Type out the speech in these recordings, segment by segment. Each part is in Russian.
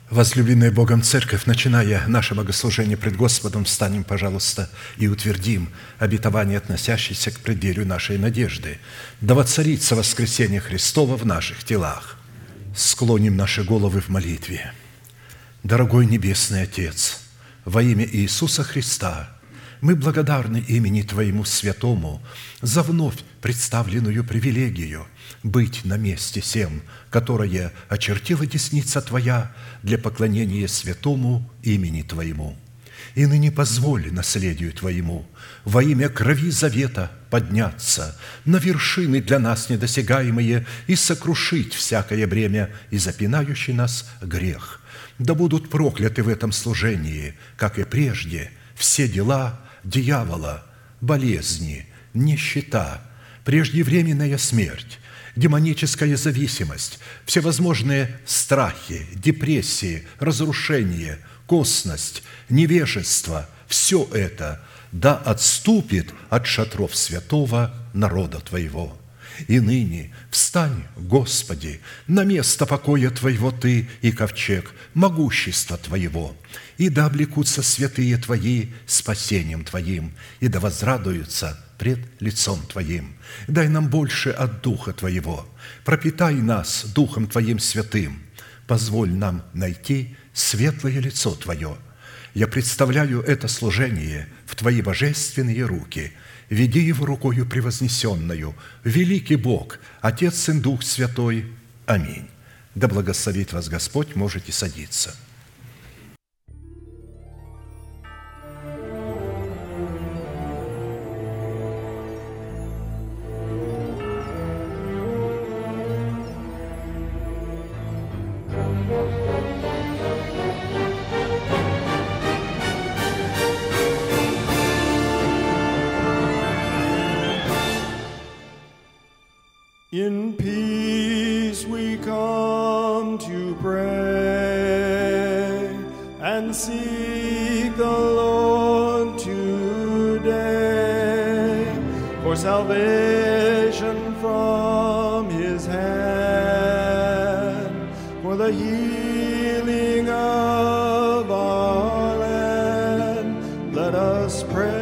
Возлюбленная Богом Церковь, начиная наше богослужение пред Господом, встанем, пожалуйста, и утвердим обетование, относящееся к преддверию нашей надежды. Да воцарится воскресение Христово в наших телах. Склоним наши головы в молитве. Дорогой Небесный Отец, во имя Иисуса Христа, мы благодарны имени Твоему Святому за вновь представленную привилегию быть на месте сем, которое очертила десница Твоя для поклонения святому имени Твоему. И ныне позволь наследию Твоему во имя крови завета подняться на вершины для нас недосягаемые и сокрушить всякое бремя и запинающий нас грех. Да будут прокляты в этом служении, как и прежде, все дела дьявола, болезни, нищета, преждевременная смерть, демоническая зависимость, всевозможные страхи, депрессии, разрушение, косность, невежество – все это да отступит от шатров святого народа Твоего. И ныне встань, Господи, на место покоя Твоего Ты и ковчег могущества Твоего, и да облекутся святые Твои спасением Твоим, и да возрадуются пред лицом Твоим. Дай нам больше от Духа Твоего, пропитай нас Духом Твоим святым, позволь нам найти светлое лицо Твое. Я представляю это служение в Твои божественные руки. Веди его рукою превознесенную, великий Бог, Отец, Сын, Дух Святой. Аминь. Да благословит вас Господь, можете садиться. In peace we come to pray and seek the Lord today for salvation from His hand, for the healing of our land. Let us pray.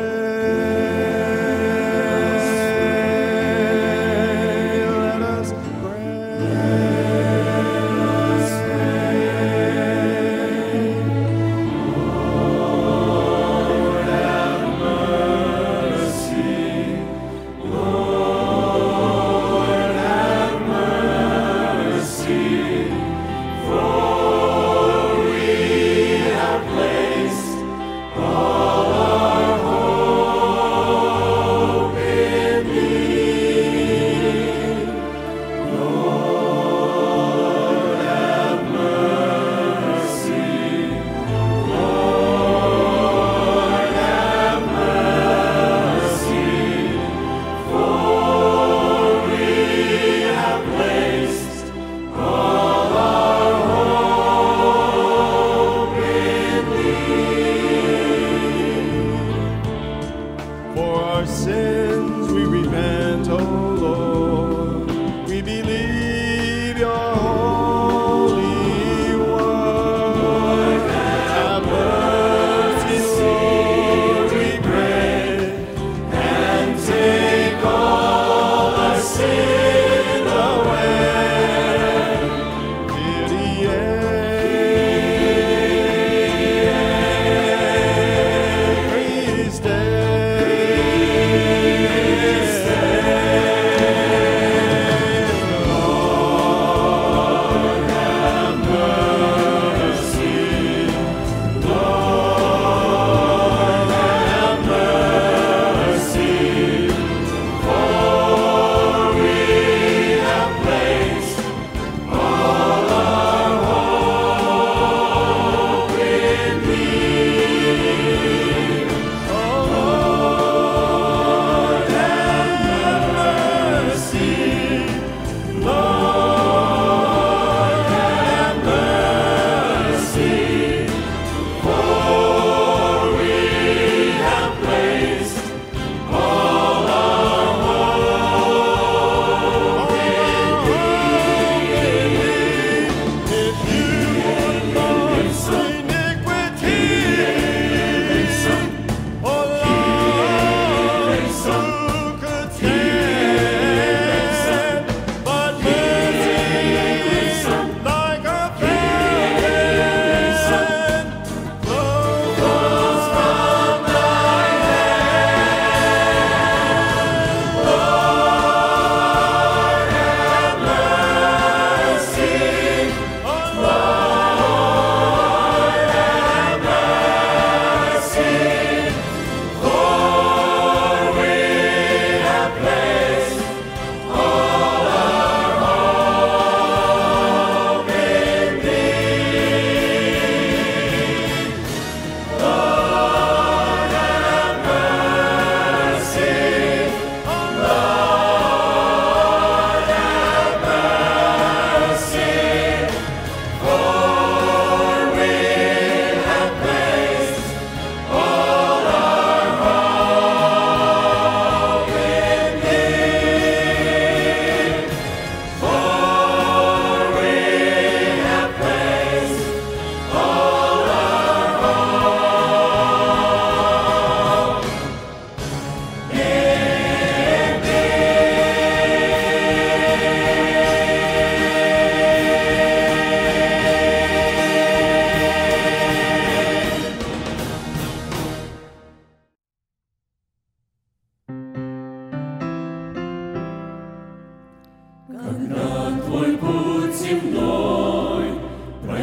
Play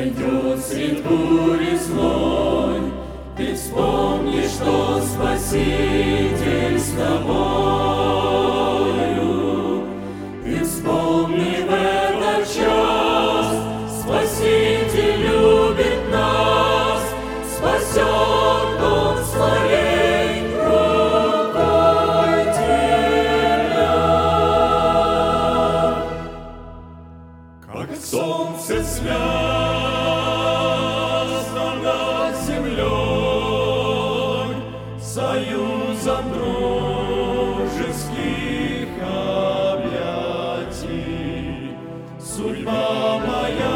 Найдет средь бури злой, ты вспомни, что Спаситель с тобою. Ты вспомни в этот час, Спаситель любит нас, спасет Он своей рукой тебя. Как солнце звездно над землей, союзом дружеских объятий, судьба моя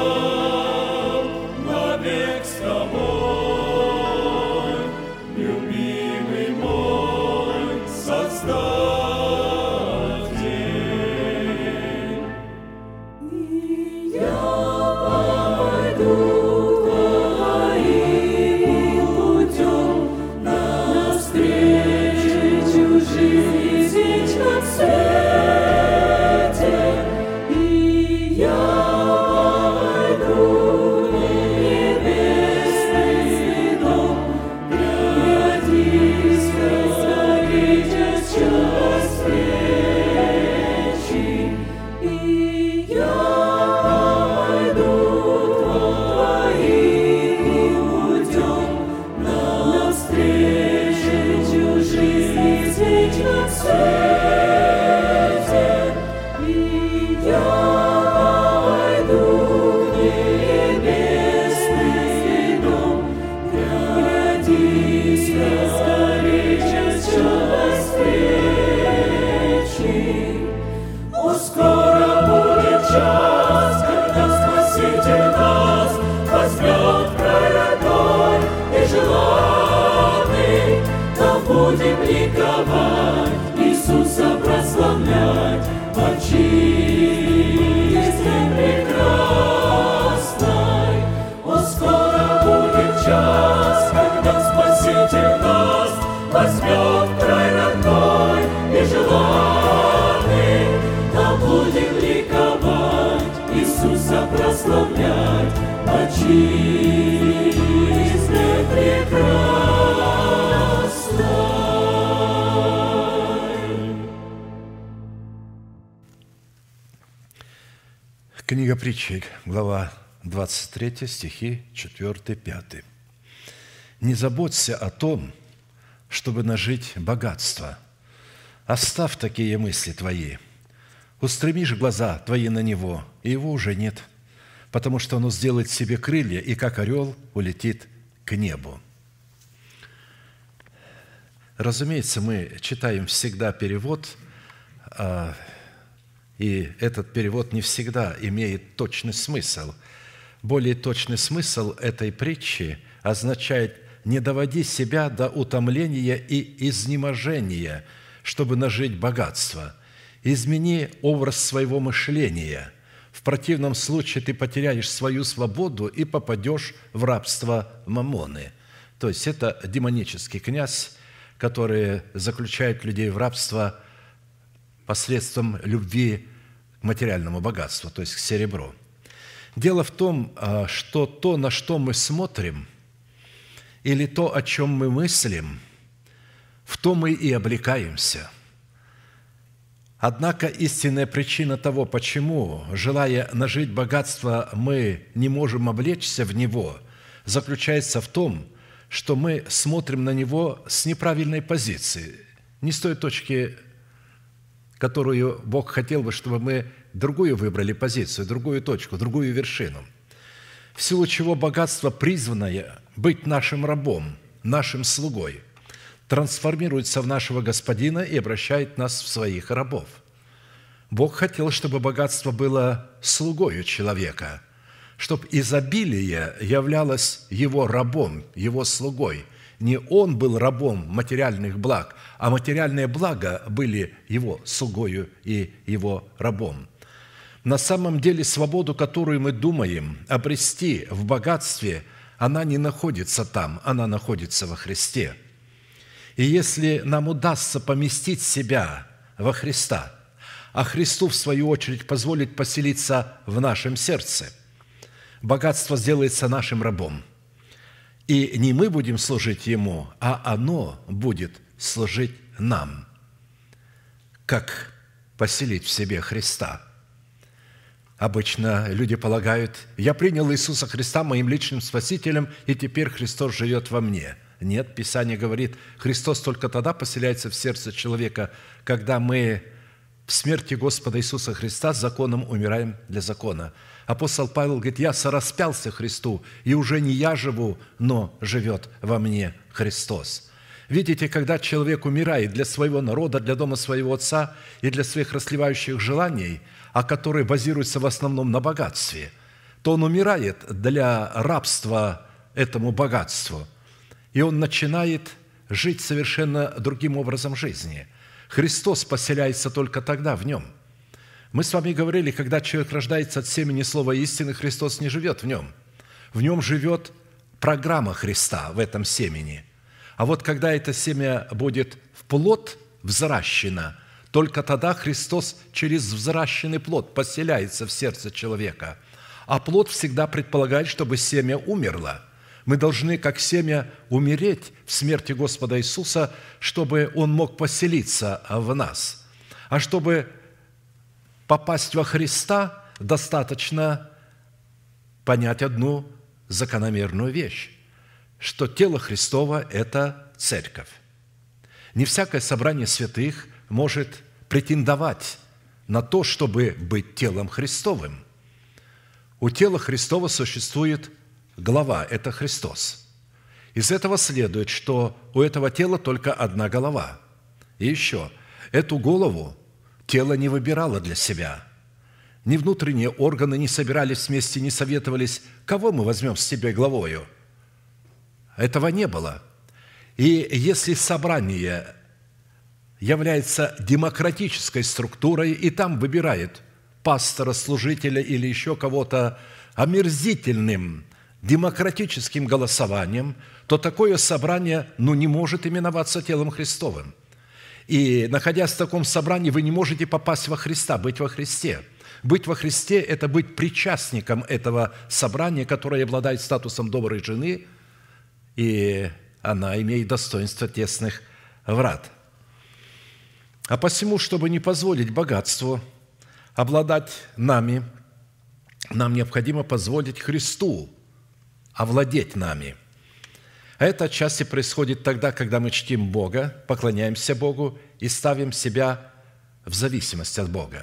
навек с тобой, любимый мой Создатель. И я пойду твоим путем навстречу жизни в свете. И я пойду в небесный дом, грядись скорей час встречи. И я пойду твоим путем навстречу жизни в свете. И я пойду в небесный дом, грядись скорей час встречи. О, скоро будет час, когда Спаситель нас возьмет в край родной и желанный. Там будем ликовать, Иисуса прославлять, отчизне прекрасной. О, скоро будет час, когда Спаситель нас возьмет в край родной и желанный. Там будем ликовать, Иисуса прославлять, отчизне прекрасной. Книга Притчи, глава 23, стихи 4-5. «Не заботься о том, чтобы нажить богатство. Оставь такие мысли твои. Устремишь глаза твои на него, и его уже нет, потому что оно сделает себе крылья, и как орел улетит к небу». Разумеется, мы читаем всегда перевод, и этот перевод не всегда имеет точный смысл. Более точный смысл этой притчи означает «не доводи себя до утомления и изнеможения, чтобы нажить богатство. Измени образ своего мышления. В противном случае ты потеряешь свою свободу и попадешь в рабство маммоны». То есть это демонический князь, который заключает людей в рабство посредством любви к материальному богатству, то есть к серебру. Дело в том, что то, на что мы смотрим, или то, о чем мы мыслим, в то мы и облекаемся. Однако истинная причина того, почему, желая нажить богатство, мы не можем облечься в него, заключается в том, что мы смотрим на него с неправильной позиции, не с той точки, которую Бог хотел бы, чтобы мы другую выбрали позицию, другую точку, другую вершину. В силу чего богатство, призванное быть нашим рабом, нашим слугой, трансформируется в нашего Господина и обращает нас в своих рабов. Бог хотел, чтобы богатство было слугою человека, чтобы изобилие являлось его рабом, его слугой. Не он был рабом материальных благ, а материальные блага были его слугою и его рабом. На самом деле свободу, которую мы думаем обрести в богатстве, она не находится там, она находится во Христе. И если нам удастся поместить себя во Христа, а Христу, в свою очередь, позволить поселиться в нашем сердце, богатство сделается нашим рабом. И не мы будем служить ему, а оно будет служить нам. Как поселить в себе Христа? Обычно люди полагают: я принял Иисуса Христа моим личным Спасителем, и теперь Христос живет во мне. Нет, Писание говорит, Христос только тогда поселяется в сердце человека, когда мы в смерти Господа Иисуса Христа законом умираем для закона. Апостол Павел говорит: я сораспялся Христу, и уже не я живу, но живет во мне Христос. Видите, когда человек умирает для своего народа, для дома своего отца и для своих расливающих желаний, а которые базируются в основном на богатстве, то он умирает для рабства этому богатству, и он начинает жить совершенно другим образом жизни. Христос поселяется только тогда в нем. Мы с вами говорили, когда человек рождается от семени слова истины, Христос не живет в нем. В нем живет программа Христа в этом семени. А вот когда это семя будет в плод взращено, только тогда Христос через взращенный плод поселяется в сердце человека. А плод всегда предполагает, чтобы семя умерло. Мы должны, как семя, умереть в смерти Господа Иисуса, чтобы Он мог поселиться в нас. А чтобы попасть во Христа, достаточно понять одну закономерную вещь, что тело Христово – это церковь. Не всякое собрание святых может претендовать на то, чтобы быть телом Христовым. У тела Христова существует глава – это Христос. Из этого следует, что у этого тела только одна голова. И еще, эту голову тело не выбирало для себя. Ни внутренние органы не собирались вместе, не советовались, кого мы возьмем с себе главою. Этого не было. И если собрание является демократической структурой, и там выбирает пастора, служителя или еще кого-то омерзительным демократическим голосованием, то такое собрание не может именоваться телом Христовым. И, находясь в таком собрании, вы не можете попасть во Христа, быть во Христе. Быть во Христе – это быть причастником этого собрания, которое обладает статусом доброй жены, и она имеет достоинство тесных врат. А посему, чтобы не позволить богатству обладать нами, нам необходимо позволить Христу овладеть нами. А это отчасти происходит тогда, когда мы чтим Бога, поклоняемся Богу и ставим себя в зависимость от Бога.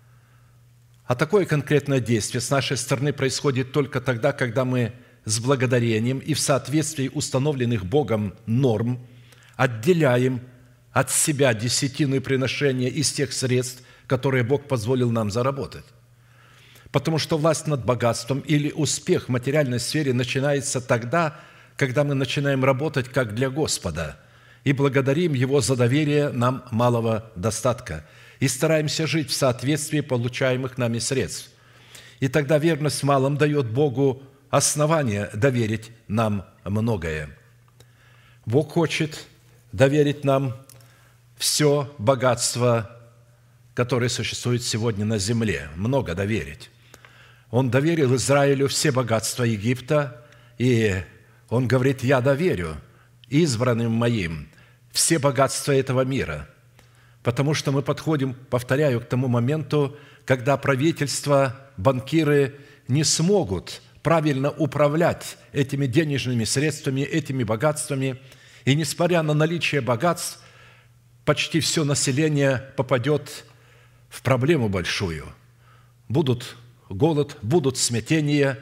А такое конкретное действие с нашей стороны происходит только тогда, когда мы с благодарением и в соответствии установленных Богом норм отделяем от себя десятину и приношение из тех средств, которые Бог позволил нам заработать. Потому что власть над богатством или успех в материальной сфере начинается тогда, когда мы начинаем работать как для Господа и благодарим Его за доверие нам малого достатка и стараемся жить в соответствии получаемых нами средств. И тогда верность в малом дает Богу основание доверить нам многое. Бог хочет доверить нам все богатство, которое существует сегодня на земле, много доверить. Он доверил Израилю все богатства Египта, и Он говорит: «Я доверю избранным моим все богатства этого мира», потому что мы подходим, повторяю, к тому моменту, когда правительство, банкиры не смогут правильно управлять этими денежными средствами, этими богатствами, и несмотря на наличие богатств, почти все население попадет в проблему большую. Будут голод, будут смятения.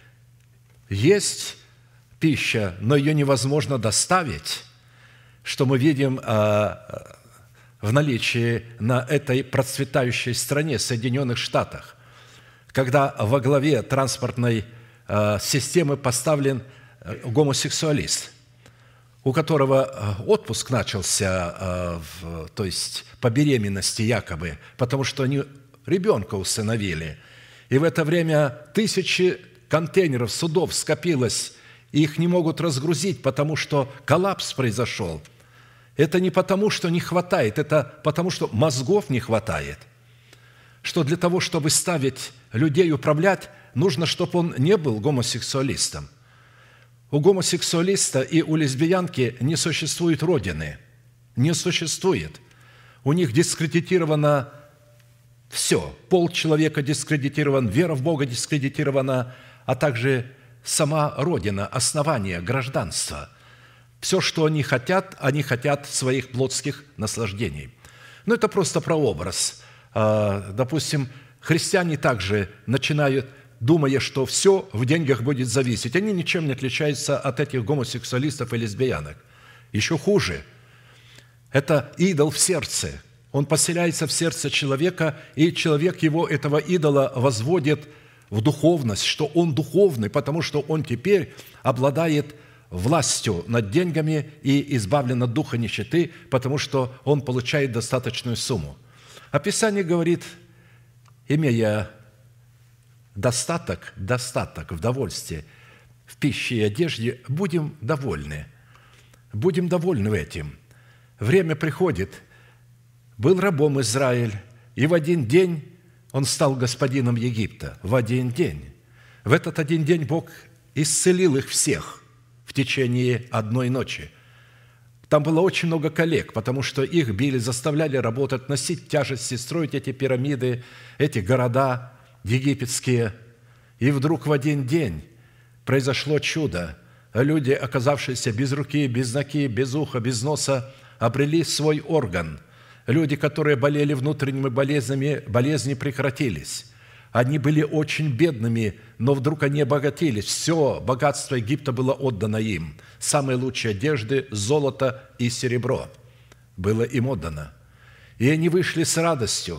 Есть пища, но ее невозможно доставить, что мы видим в наличии на этой процветающей стране, Соединенных Штатах, когда во главе транспортной системы поставлен гомосексуалист, у которого отпуск начался, то есть по беременности якобы, потому что они ребенка усыновили. И в это время тысячи контейнеров, судов скопилось, и их не могут разгрузить, потому что коллапс произошел. Это не потому, что не хватает, это потому, что мозгов не хватает. Что для того, чтобы ставить людей управлять, нужно, чтобы он не был гомосексуалистом. У гомосексуалиста и у лесбиянки не существует родины. Не существует. У них дискредитировано все. Пол человека дискредитирован, вера в Бога дискредитирована, а также сама родина, основание, гражданство. Все, что они хотят своих плотских наслаждений. Но это просто прообраз. Допустим, христиане также начинают, думая, что все в деньгах будет зависеть. Они ничем не отличаются от этих гомосексуалистов и лесбиянок. Еще хуже. Это идол в сердце. Он поселяется в сердце человека, и человек его, этого идола, возводит в духовность, что он духовный, потому что он теперь обладает властью над деньгами и избавлен от духа нищеты, потому что он получает достаточную сумму. А Писание говорит, имея достаток в довольстве, в пище и одежде, будем довольны. Будем довольны этим. Время приходит. Был рабом Израиль, и в один день он стал господином Египта. В один день. В этот один день Бог исцелил их всех в течение одной ночи. Там было очень много коллег, потому что их били, заставляли работать, носить тяжести, строить эти пирамиды, эти города египетские. И вдруг в один день произошло чудо. Люди, оказавшиеся без руки, без ноги, без уха, без носа, обрели свой орган. Люди, которые болели внутренними болезнями, болезни прекратились. Они были очень бедными, но вдруг они обогатились. Все богатство Египта было отдано им. Самые лучшие одежды, золото и серебро было им отдано. И они вышли с радостью.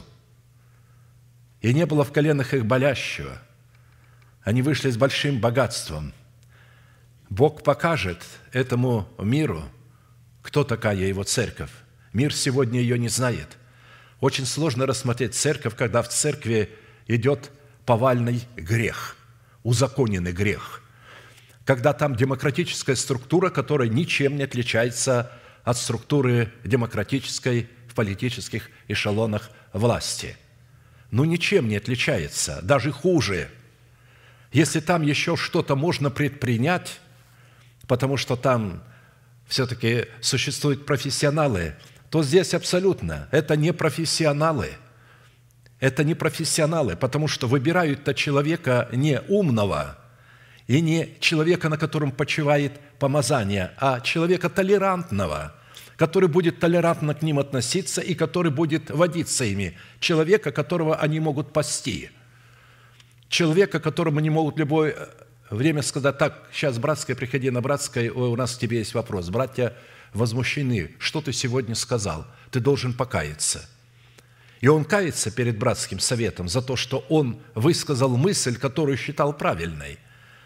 И не было в коленах их болящего. Они вышли с большим богатством. Бог покажет этому миру, кто такая его церковь. Мир сегодня ее не знает. Очень сложно рассмотреть церковь, когда в церкви идет повальный грех, узаконенный грех. Когда там демократическая структура, которая ничем не отличается от структуры демократической в политических эшелонах власти. Ничем не отличается, даже хуже. Если там еще что-то можно предпринять, потому что там все-таки существуют профессионалы, то здесь абсолютно это не профессионалы. Это не профессионалы, потому что выбирают-то человека не умного и не человека, на котором почивает помазание, а человека толерантного, который будет толерантно к ним относиться и который будет водиться ими, человека, которого они могут пасти, человека, которому они могут в любое время сказать: так, сейчас, братская, приходи на братское, у нас к тебе есть вопрос. Братья возмущены, что ты сегодня сказал, ты должен покаяться. И он кается перед братским советом за то, что он высказал мысль, которую считал правильной.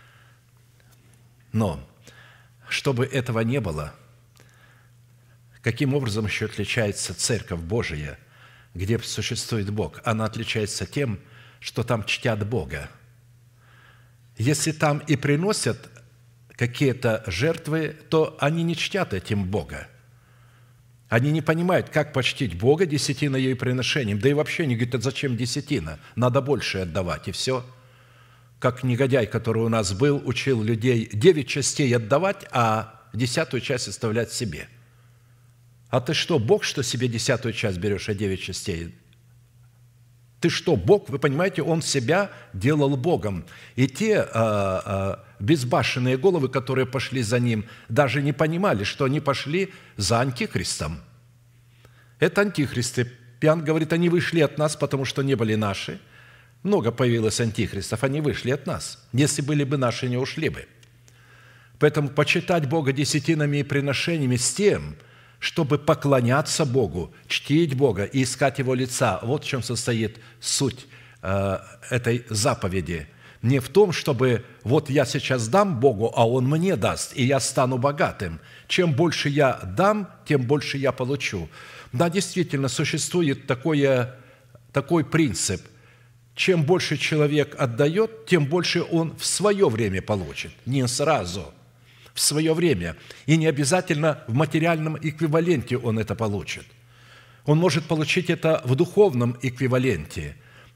Но, чтобы этого не было, каким образом еще отличается Церковь Божия, где существует Бог? Она отличается тем, что там чтят Бога. Если там и приносят какие-то жертвы, то они не чтят этим Бога. Они не понимают, как почтить Бога десятиной и приношением. Да и вообще не говорят: зачем десятина? Надо больше отдавать, и все. Как негодяй, который у нас был, учил людей 9 частей отдавать, а 10 часть оставлять себе. А ты что, Бог, что себе 10 часть берешь, а 9 частей? Ты что, Бог? Вы понимаете, Он себя делал Богом. И те безбашенные головы, которые пошли за Ним, даже не понимали, что они пошли за Антихристом. Это антихристы. Иоанн говорит, они вышли от нас, потому что не были наши. Много появилось антихристов, они вышли от нас. Если были бы наши, не ушли бы. Поэтому почитать Бога десятинами и приношениями с тем, чтобы поклоняться Богу, чтить Бога и искать Его лица. Вот в чем состоит суть этой заповеди. Не в том, чтобы вот я сейчас дам Богу, а Он мне даст, и я стану богатым. Чем больше я дам, тем больше я получу. Да, действительно, существует такой принцип. Чем больше человек отдает, тем больше он в свое время получит. Не сразу, в свое время. И не обязательно в материальном эквиваленте он это получит. Он может получить это в духовном эквиваленте.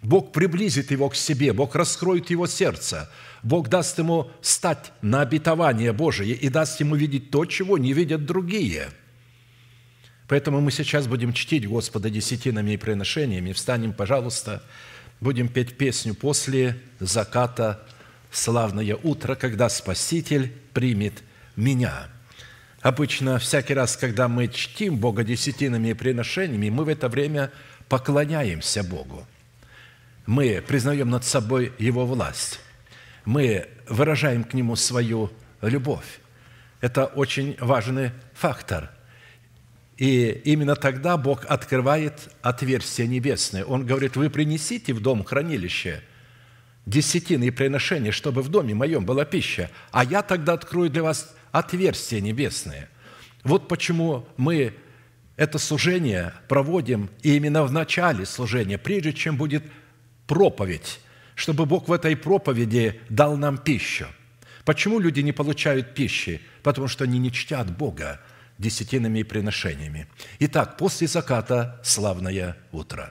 Бог приблизит его к себе, Бог раскроет его сердце, Бог даст ему стать на обетование Божие и даст ему видеть то, чего не видят другие. Поэтому мы сейчас будем чтить Господа десятинами и приношениями. Встанем, пожалуйста, будем петь песню «После заката славное утро, когда Спаситель примет меня». Обычно всякий раз, когда мы чтим Бога десятинами и приношениями, мы в это время поклоняемся Богу. Мы признаем над собой Его власть. Мы выражаем к Нему свою любовь. Это очень важный фактор. И именно тогда Бог открывает отверстие небесное. Он говорит: вы принесите в дом хранилище десятины и приношения, чтобы в доме моем была пища, а я тогда открою для вас отверстия небесные. Вот почему мы это служение проводим именно в начале служения, прежде чем будет проповедь, чтобы Бог в этой проповеди дал нам пищу. Почему люди не получают пищи? Потому что они не чтят Бога десятинами и приношениями. Итак, после заката славное утро.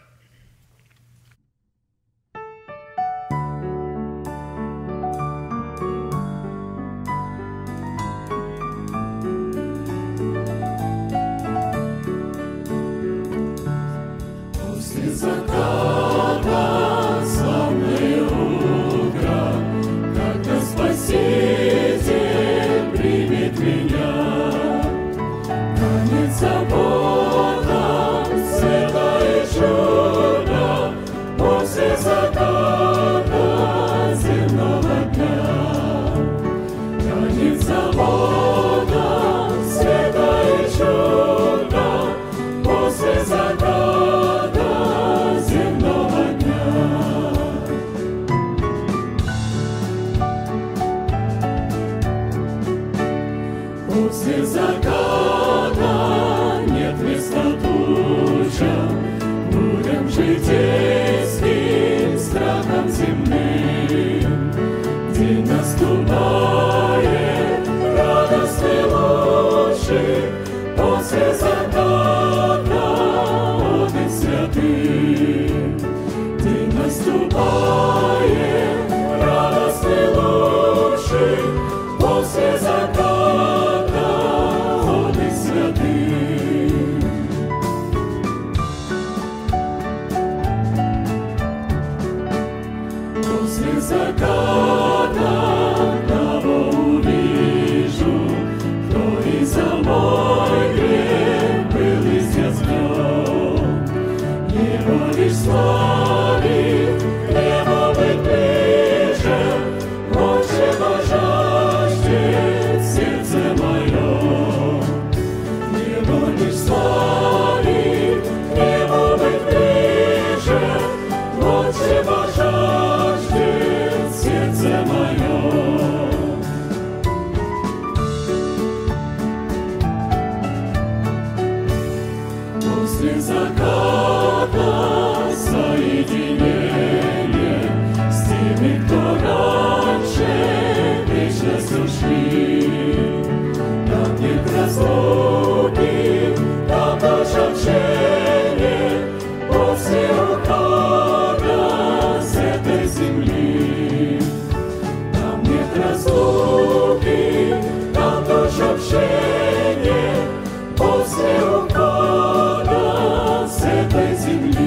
После заката славное утро, когда Спаситель примет меня. Конец заботам, светлое чудо, после заката земного дня. Конец заботам, светлое чудо, после заката земного дня. После заката нет места тучам, бурям житейским, страхам земным. День наступает, радостный лучший, после заката отдых святым. День наступает, радостный лучший, после заката отдых святым. После заката того увижу, кто и за мой грех был истязан. Его лишь славит, Ему быть ближе, большего жаждет сердце мое. Его лишь славит, Ему быть ближе, большего жаждет сердце мое. После заката соединение с теми, кто раньше вечность ушли. Там нет разлуки, там ночь общения, после ухода с этой земли. Там нет разлуки, там ночь общения, после ухода с этой земли.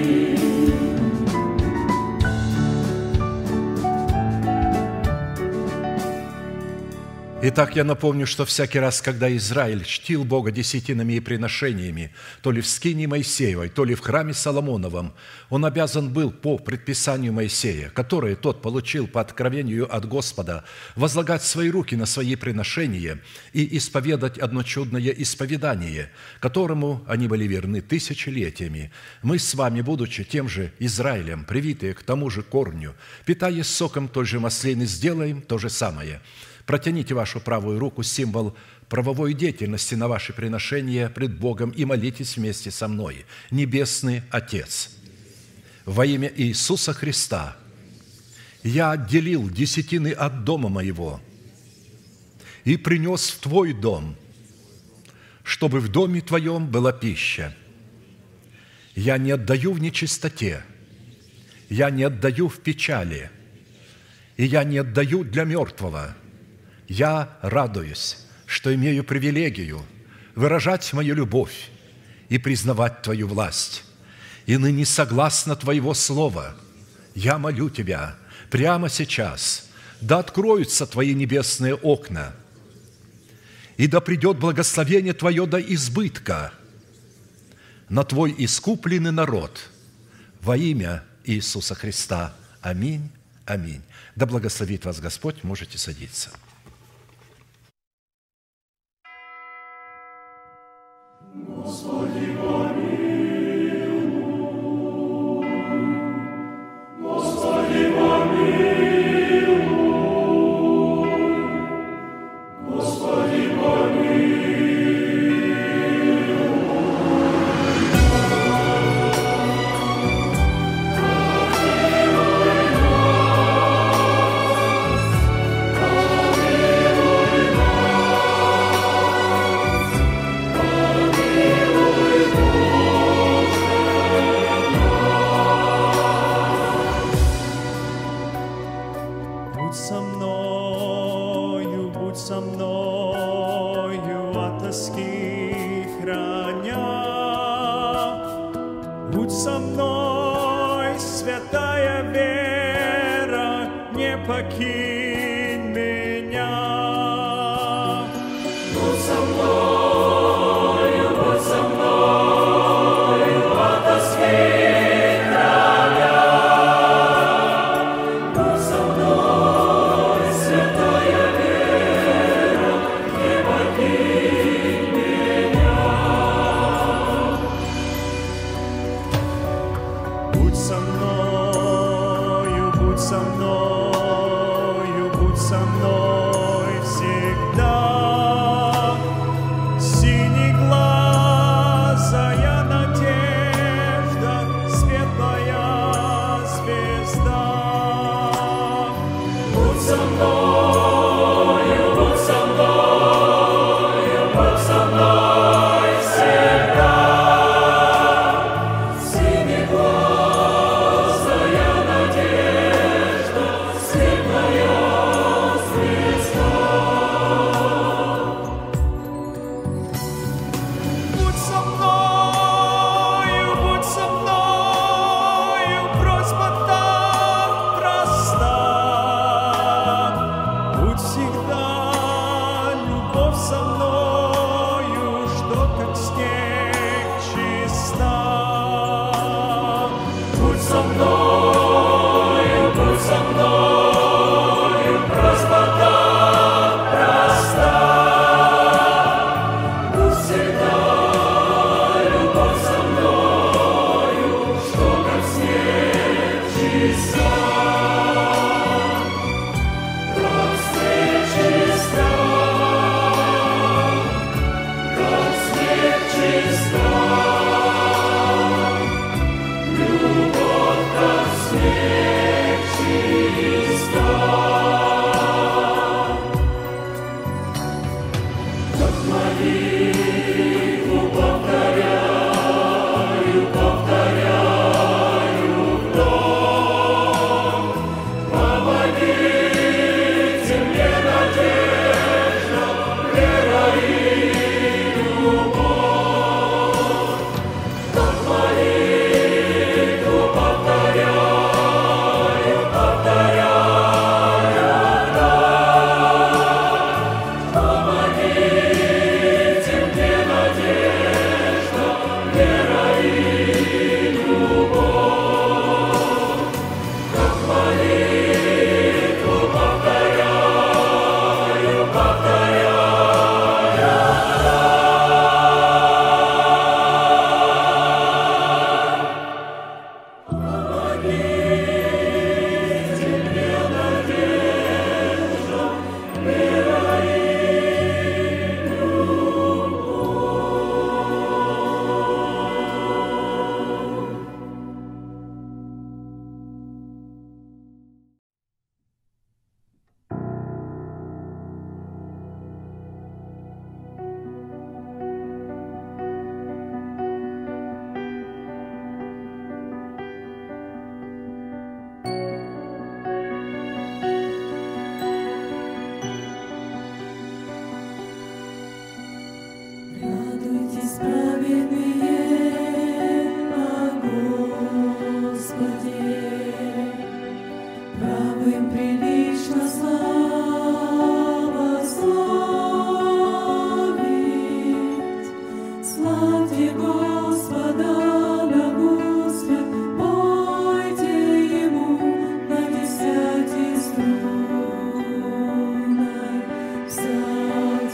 Итак, я напомню, что всякий раз, когда Израиль чтил Бога десятинами и приношениями, то ли в скинии Моисеевой, то ли в храме Соломоновом, он обязан был по предписанию Моисея, которое тот получил по откровению от Господа, возлагать свои руки на свои приношения и исповедать одно чудное исповедание, которому они были верны тысячелетиями. Мы с вами, будучи тем же Израилем, привитые к тому же корню, питаясь соком той же маслины, сделаем то же самое. Протяните вашу правую руку, символ правовой деятельности на ваши приношения пред Богом, и молитесь вместе со мной. Небесный Отец, во имя Иисуса Христа я отделил десятины от дома моего и принес в Твой дом, чтобы в доме Твоем была пища. Я не отдаю в нечистоте, Я не отдаю в печали, и я не отдаю для мертвого. Я радуюсь, что имею привилегию выражать мою любовь и признавать Твою власть. И ныне согласно Твоего слова я молю Тебя прямо сейчас, да откроются Твои небесные окна, и да придет благословение Твое до избытка на Твой искупленный народ во имя Иисуса Христа. Аминь. Аминь. Да благословит вас Господь. Можете садиться. Господи, помилуй, Господи, помилуй, Господи, помилуй. Будь со мною от тоски храня. Будь со мной, святая вера, не покинь меня. Будь со мною от тоски храня. Будь со мной, святая вера, не покинь меня. Будь со мною, будь со мною, будь со мной всегда. Синеглазая надежда, светлая звезда. Будь со мною, будь со мною, будь со мной всегда. Синеглазая надежда, светлая звезда. Будь со мною, просьба так проста. Будь всегда, любовь со мною, что как снег чиста. Будь со мною, просьба так проста. Будь всегда, любовь со мною, что как снег чиста. Как снег чиста.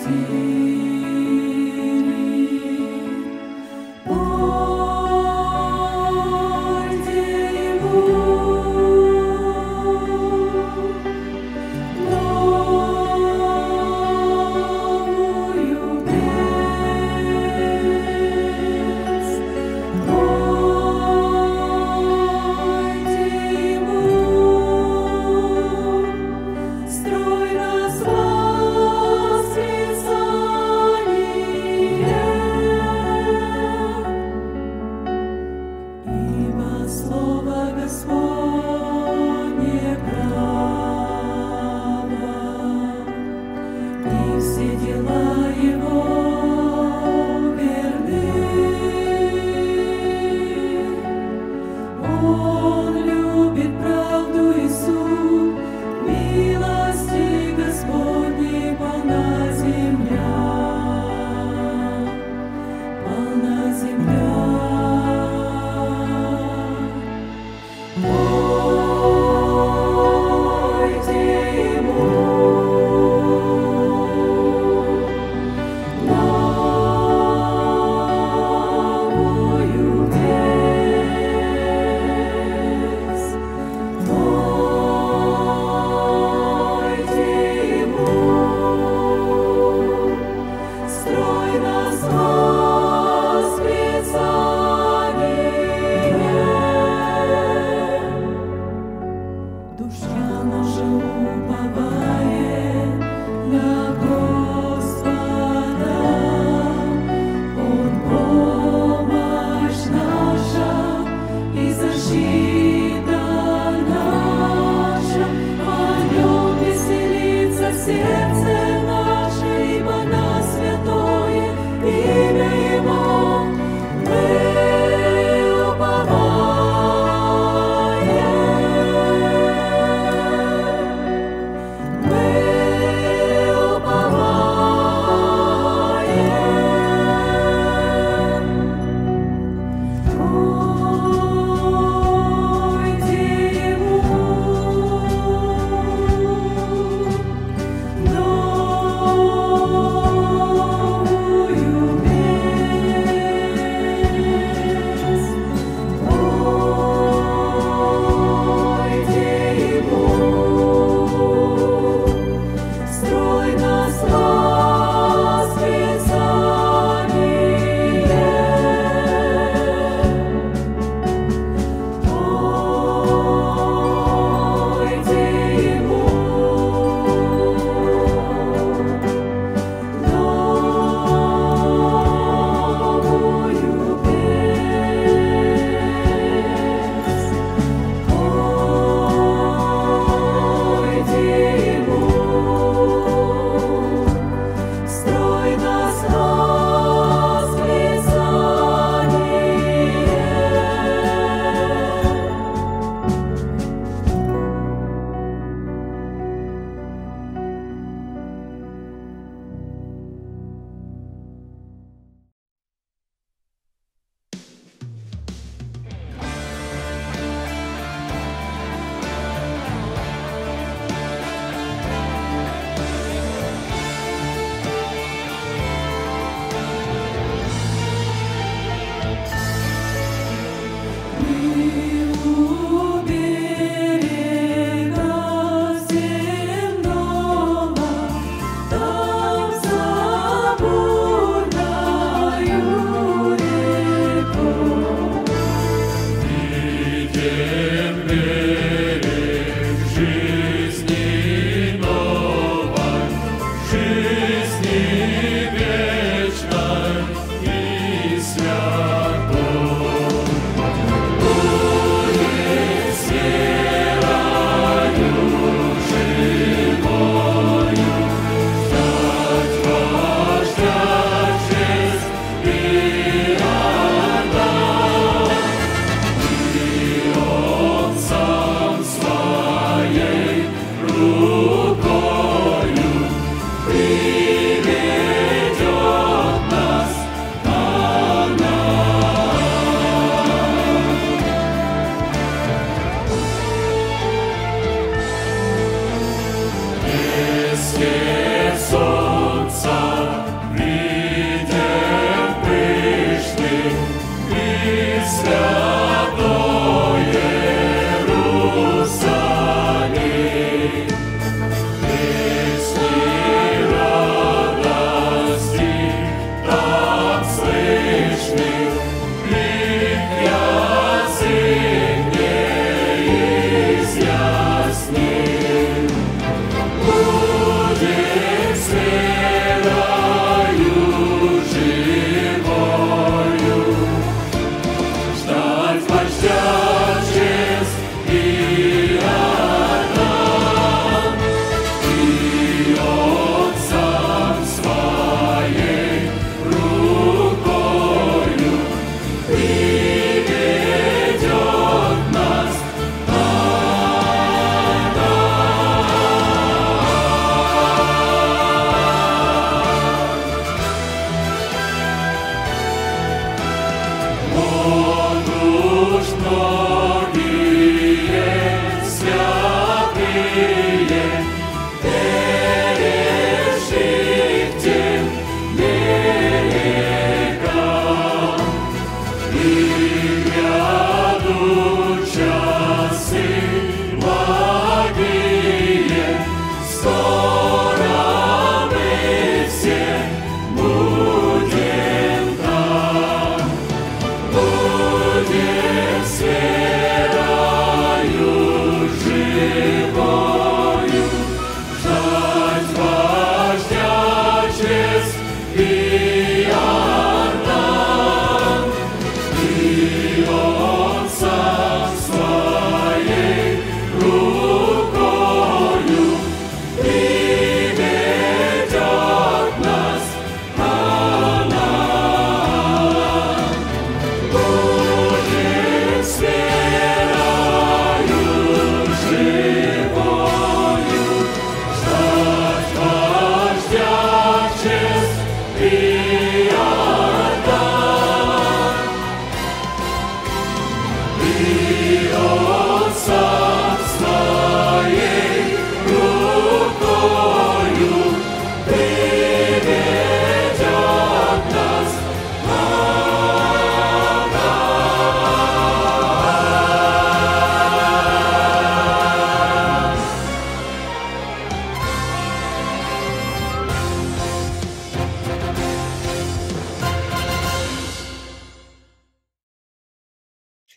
No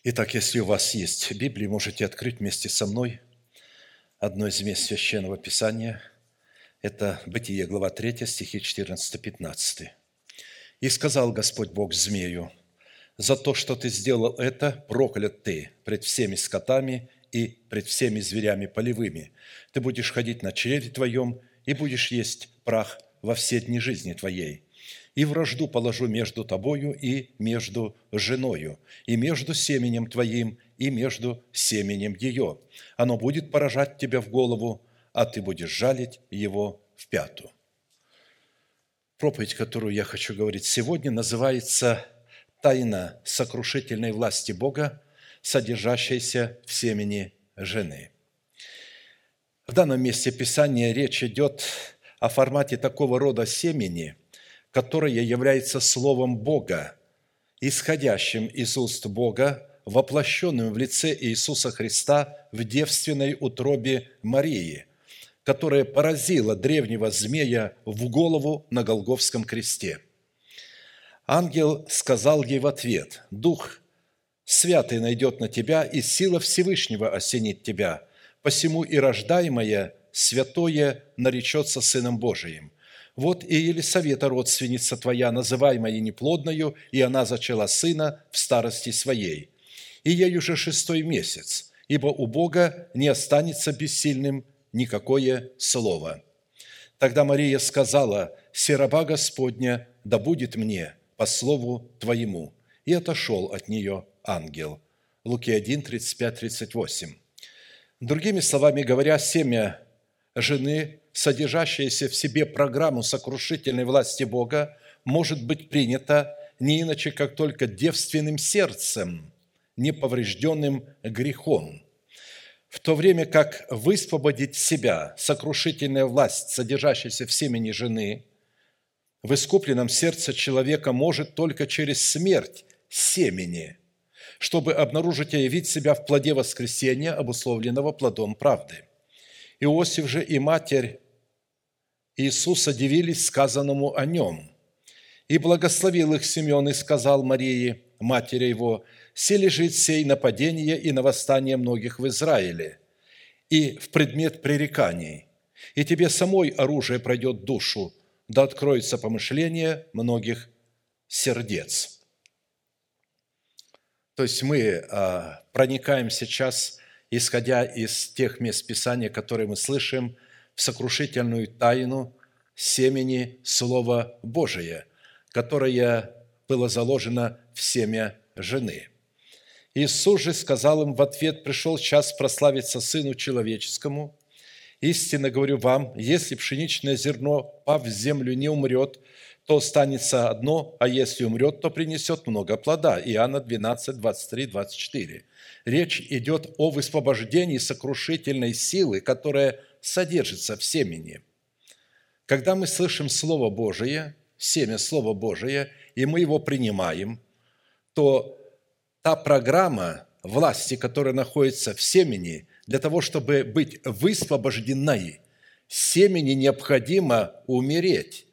Итак, если у вас есть Библия, можете открыть вместе со мной одно из мест Священного Писания. Это Бытие, глава 3, стихи 14-15. «И сказал Господь Бог змею: за то, что ты сделал это, проклят ты пред всеми скотами и пред всеми зверями полевыми. Ты будешь ходить на чреве твоем и будешь есть прах во все дни жизни твоей. И вражду положу между тобою и между женою, и между семенем твоим и между семенем ее. Оно будет поражать тебя в голову, а ты будешь жалить его в пяту». Проповедь, которую я хочу говорить сегодня, называется «Тайна сокрушительной власти Бога, содержащаяся в семени жены». В данном месте Писания речь идет о формате такого рода семени, которое является Словом Бога, исходящим из уст Бога, воплощенным в лице Иисуса Христа в девственной утробе Марии, которая поразила древнего змея в голову на Голгофском кресте. Ангел сказал ей в ответ: «Дух Святый найдет на тебя, и сила Всевышнего осенит тебя, посему и рождаемое святое наречется Сыном Божиим. Вот и Елисавета, родственница твоя, называемая неплодною, и она зачала сына в старости своей. И ей уже 6-й месяц, ибо у Бога не останется бессильным никакое слово». Тогда Мария сказала: «Се раба Господня, да будет мне по слову Твоему». И отошел от нее ангел. Луки 1, 35, 38. Другими словами говоря, семя жены, содержащееся в себе программу сокрушительной власти Бога, может быть принято не иначе, как только девственным сердцем, неповрежденным грехом. В то время как высвободить себя сокрушительная власть, содержащаяся в семени жены, в искупленном сердце человека может только через смерть семени, чтобы обнаружить и явить себя в плоде воскресения, обусловленного плодом правды. Иосиф же и матерь Иисуса дивились сказанному о нем. И благословил их Симеон и сказал Марии, матери его: «Се лежит сей нападение и на восстание многих в Израиле, и в предмет пререканий, и тебе самой оружие пройдет душу, да откроется помышление многих сердец». То есть мы проникаем сейчас, исходя из тех мест Писания, которые мы слышим, в сокрушительную тайну семени Слова Божия, которое было заложено в семя жены. Иисус же сказал им в ответ: «Пришел час прославиться Сыну Человеческому. Истинно говорю вам, если пшеничное зерно, пав в землю, не умрет, то останется одно, а если умрет, то принесет много плода». Иоанна 12, 23, 24. Речь идет о высвобождении сокрушительной силы, которая содержится в семени. Когда мы слышим Слово Божие, семя Слова Божие, и мы его принимаем, то та программа власти, которая находится в семени, для того, чтобы быть высвобожденной, семени необходимо умереть.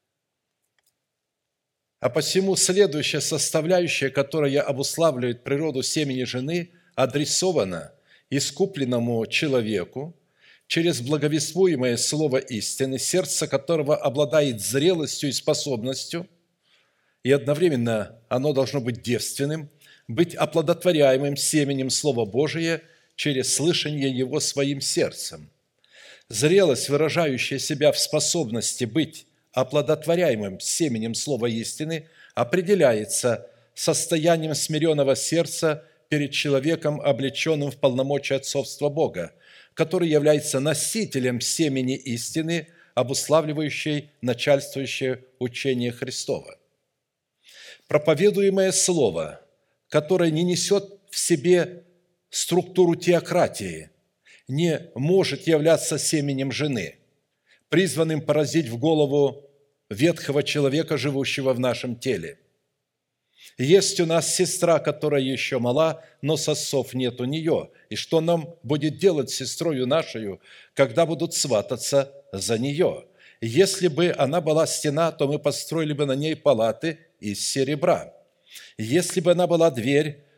А посему следующая составляющая, которая обуславливает природу семени жены, адресована искупленному человеку через благовествуемое слово истины, сердце которого обладает зрелостью и способностью, и одновременно оно должно быть девственным, быть оплодотворяемым семенем Слова Божия через слышание его своим сердцем. Зрелость, выражающая себя в способности быть оплодотворяемым семенем Слова истины, определяется состоянием смиренного сердца перед человеком, облеченным в полномочия отцовства Бога, который является носителем семени истины, обуславливающей начальствующее учение Христово. Проповедуемое слово, которое не несет в себе структуру теократии, не может являться семенем жены, призванным поразить в голову ветхого человека, живущего в нашем теле. Есть у нас сестра, которая еще мала, но сосцов нет у нее. И что нам будет делать с сестрою нашей, когда будут свататься за нее? Если бы она была стена, то мы построили бы на ней палаты из серебра. Если бы она была дверь,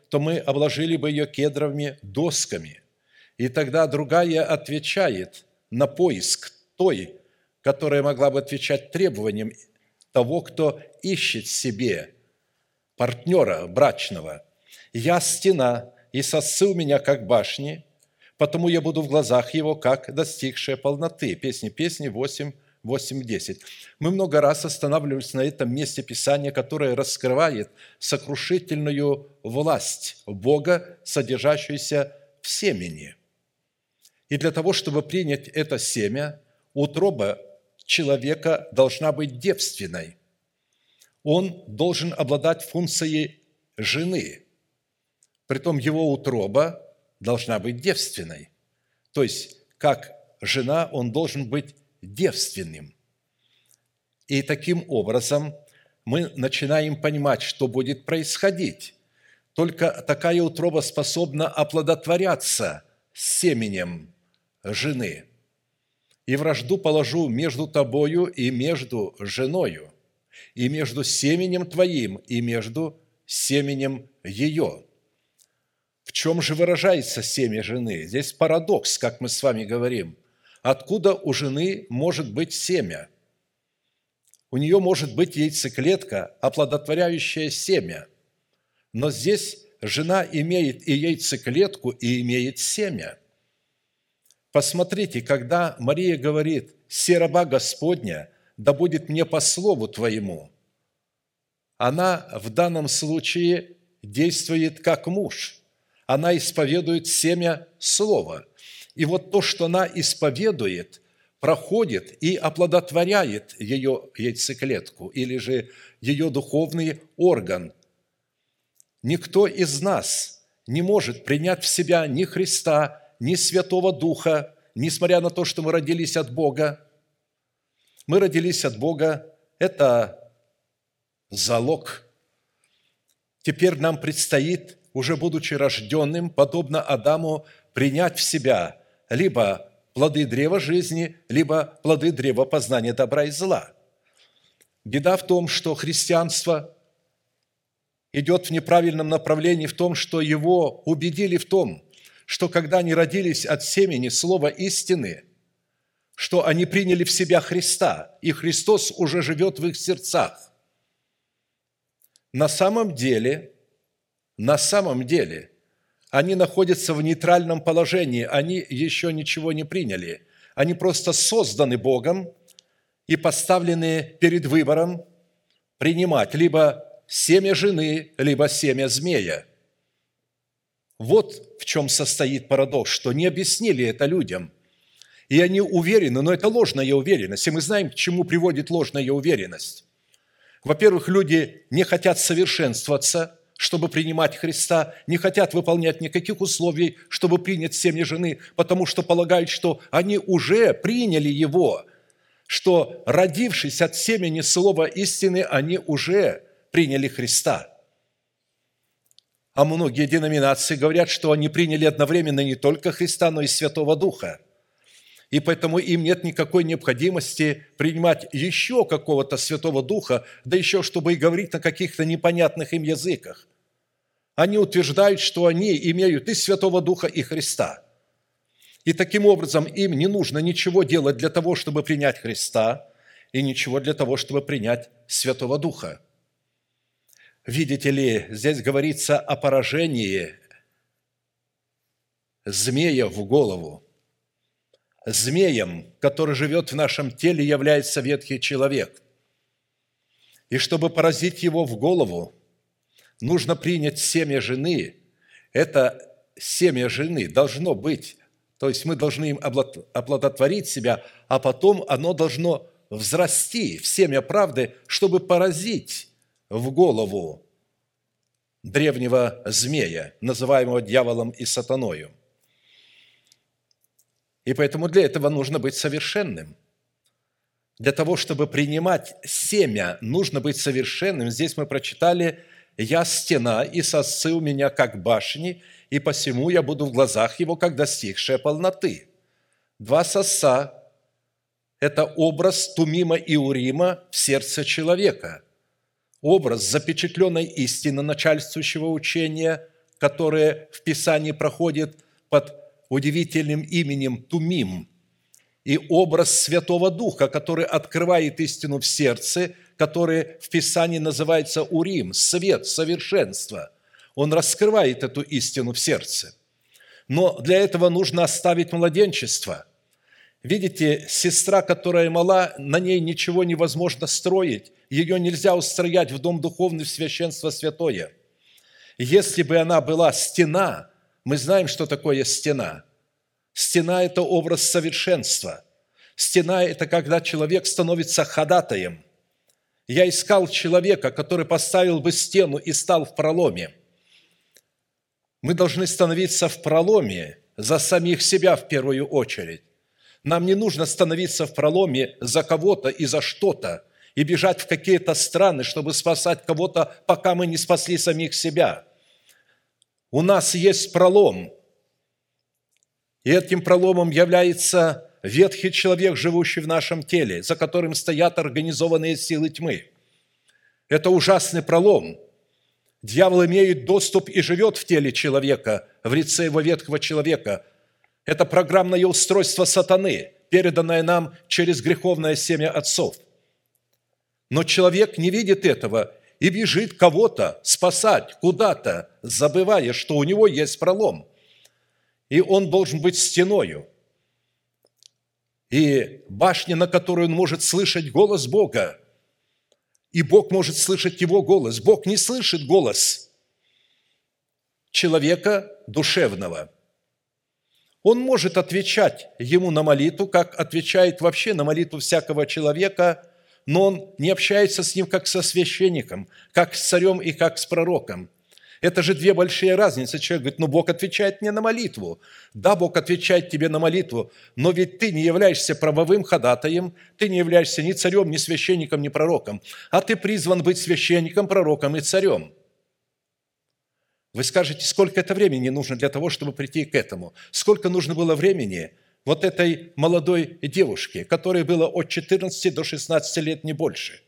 то мы обложили бы ее кедровыми досками». И тогда другая отвечает на поиск той, которая могла бы отвечать требованиям того, кто ищет себе партнера брачного. «Я стена, и сосцы у меня, как башни, потому я буду в глазах его, как достигшая полноты». Песни 8, 8, 10. Мы много раз останавливались на этом месте Писания, которое раскрывает сокрушительную власть Бога, содержащуюся в семени. И для того, чтобы принять это семя, утроба человека должна быть девственной. Он должен обладать функцией жены. Притом его утроба должна быть девственной. То есть, как жена, он должен быть девственным. И таким образом мы начинаем понимать, что будет происходить. Только такая утроба способна оплодотворяться семенем жены. «И вражду положу между тобою и между женою, и между семенем твоим, и между семенем ее». В чем же выражается семя жены? Здесь парадокс, как мы с вами говорим. Откуда у жены может быть семя? У нее может быть яйцеклетка, оплодотворяющая семя. Но здесь жена имеет и яйцеклетку, и имеет семя. Посмотрите, когда Мария говорит: «Се раба Господня, да будет мне по слову Твоему», она в данном случае действует как муж. Она исповедует семя слова. И вот то, что она исповедует, проходит и оплодотворяет ее яйцеклетку или же ее духовный орган. Никто из нас не может принять в себя ни Христа, ни Святого Духа, несмотря на то, что мы родились от Бога. Мы родились от Бога – это залог. Теперь нам предстоит, уже будучи рожденным, подобно Адаму, принять в себя либо плоды древа жизни, либо плоды древа познания добра и зла. Беда в том, что христианство идет в неправильном направлении, в том, что его убедили в том, что когда они родились от семени слова истины, что они приняли в себя Христа, и Христос уже живет в их сердцах. На самом деле, они находятся в нейтральном положении, они еще ничего не приняли. Они просто созданы Богом и поставлены перед выбором принимать либо семя жены, либо семя змея. Вот в чем состоит парадокс, что не объяснили это людям. И они уверены, но это ложная уверенность. И мы знаем, к чему приводит ложная уверенность. Во-первых, люди не хотят совершенствоваться, чтобы принимать Христа, не хотят выполнять никаких условий, чтобы принять семя жены, потому что полагают, что они уже приняли Его, что, родившись от семени слова истины, они уже приняли Христа. А многие деноминации говорят, что они приняли одновременно не только Христа, но и Святого Духа. И поэтому им нет никакой необходимости принимать еще какого-то Святого Духа, да еще чтобы и говорить на каких-то непонятных им языках. Они утверждают, что они имеют и Святого Духа, и Христа. И таким образом им не нужно ничего делать для того, чтобы принять Христа, и ничего для того, чтобы принять Святого Духа. Видите ли, здесь говорится о поражении змея в голову. Змеем, который живет в нашем теле, является ветхий человек. И чтобы поразить его в голову, нужно принять семя жены. Это семя жены должно быть, то есть мы должны им оплодотворить себя, а потом оно должно взрасти в семя правды, чтобы поразить в голову древнего змея, называемого дьяволом и сатаною. И поэтому для этого нужно быть совершенным. Для того, чтобы принимать семя, нужно быть совершенным. Здесь мы прочитали: «Я стена, и сосцы у меня, как башни, и посему я буду в глазах его, как достигшая полноты». Два сосца – это образ Тумима и Урима в сердце человека, образ запечатленной истины начальствующего учения, которое в Писании проходит под удивительным именем Тумим, и образ Святого Духа, который открывает истину в сердце, который в Писании называется Урим, свет, совершенство. Он раскрывает эту истину в сердце. Но для этого нужно оставить младенчество. Видите, сестра, которая мала, на ней ничего невозможно строить, ее нельзя устроять в дом духовный, в священство святое. Если бы она была стена, мы знаем, что такое стена. Стена – это образ совершенства. Стена – это когда человек становится ходатаем. Я искал человека, который поставил бы стену и стал в проломе. Мы должны становиться в проломе за самих себя в первую очередь. Нам не нужно становиться в проломе за кого-то и за что-то и бежать в какие-то страны, чтобы спасать кого-то, пока мы не спасли самих себя. У нас есть пролом, и этим проломом является ветхий человек, живущий в нашем теле, за которым стоят организованные силы тьмы. Это ужасный пролом. Дьявол имеет доступ и живет в теле человека, в лице его ветхого человека. Это программное устройство сатаны, переданное нам через греховное семя отцов. Но человек не видит этого и бежит кого-то спасать куда-то, забывая, что у него есть пролом. И он должен быть стеною. И башня, на которой он может слышать голос Бога, и Бог может слышать его голос. Бог не слышит голос человека душевного. Он может отвечать ему на молитву, как отвечает вообще на молитву всякого человека, но он не общается с ним как со священником, как с царем и как с пророком. Это же две большие разницы. Человек говорит, Бог отвечает мне на молитву. Да, Бог отвечает тебе на молитву, но ведь ты не являешься правовым ходатаем, ты не являешься ни царем, ни священником, ни пророком, а ты призван быть священником, пророком и царем. Вы скажете, сколько это времени нужно для того, чтобы прийти к этому? Сколько нужно было времени вот этой молодой девушке, которой было от 14 до 16 лет, не больше?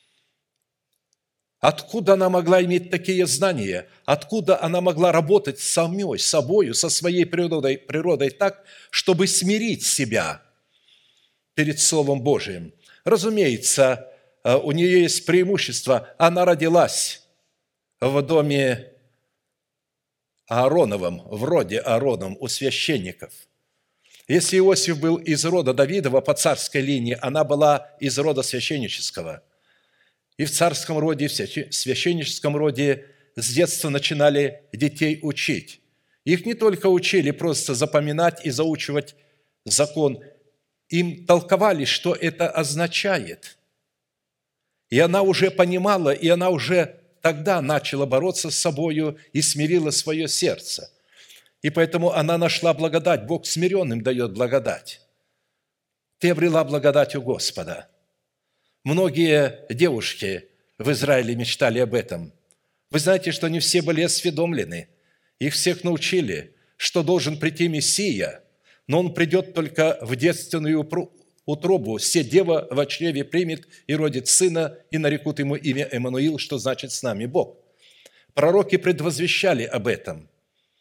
Откуда она могла иметь такие знания? Откуда она могла работать с самой собою, со своей природой так, чтобы смирить себя перед Словом Божиим? Разумеется, у нее есть преимущество. Она родилась в доме Аароновом, в роде Аароновом, у священников. Если Иосиф был из рода Давидова по царской линии, она была из рода священнического. И в царском роде, и в священническом роде с детства начинали детей учить. Их не только учили просто запоминать и заучивать закон, им толковали, что это означает. И она уже понимала, и она уже тогда начала бороться с собою и смирила свое сердце. И поэтому она нашла благодать. Бог смиренным дает благодать. Ты обрела благодать у Господа. Многие девушки в Израиле мечтали об этом. Вы знаете, что не все были осведомлены. Их всех научили, что должен прийти Мессия, но Он придет только в девственную утробу. «Се дева во чреве примет и родит сына, и нарекут ему имя Эммануил», что значит «с нами Бог». Пророки предвозвещали об этом.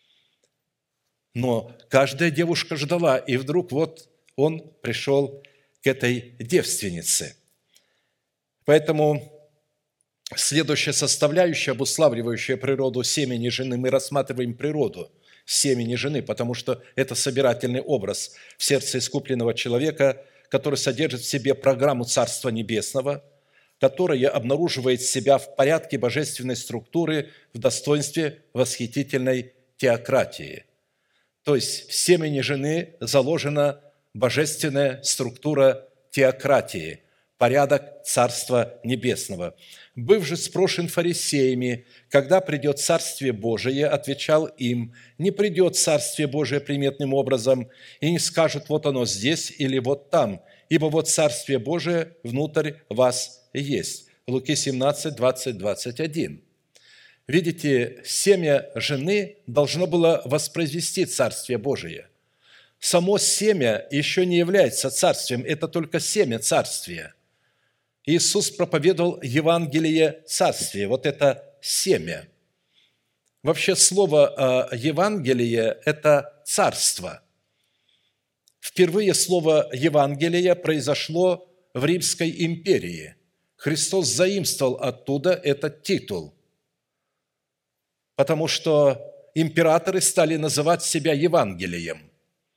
Но каждая девушка ждала, и вдруг вот он пришел к этой девственнице. Поэтому следующая составляющая, обуславливающая природу семени жены, мы рассматриваем природу семени жены, потому что это собирательный образ в сердце искупленного человека, который содержит в себе программу Царства Небесного, которая обнаруживает себя в порядке божественной структуры в достоинстве восхитительной теократии. То есть в семени жены заложена божественная структура теократии, порядок Царства Небесного. Быв же спрошен фарисеями, когда придет Царствие Божие, отвечал им, не придет Царствие Божие приметным образом, и не скажут, вот оно здесь или вот там, ибо вот Царствие Божие внутрь вас есть. Луки 17, 20, 21. Видите, семя жены должно было воспроизвести Царствие Божие. Само семя еще не является царствием, это только семя царствия. Иисус проповедовал Евангелие царствия, вот это семя. Вообще слово «Евангелие» – это «царство». Впервые слово «Евангелие» произошло в Римской империи. Христос заимствовал оттуда этот титул, потому что императоры стали называть себя Евангелием.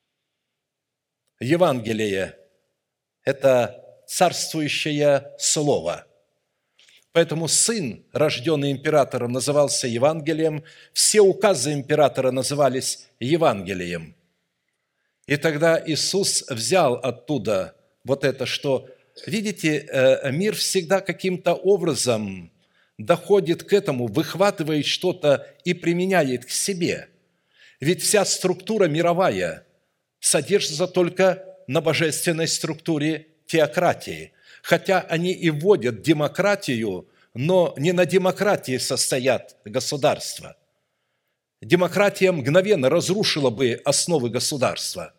Евангелие – это царствующее слово. Поэтому сын, рожденный императором, назывался Евангелием, все указы императора назывались Евангелием. И тогда Иисус взял оттуда вот это, что, видите, мир всегда каким-то образом доходит к этому, выхватывает что-то и применяет к себе. Ведь вся структура мировая содержится только на божественной структуре теократии. Хотя они и вводят демократию, но не на демократии состоят государства. Демократия мгновенно разрушила бы основы государства.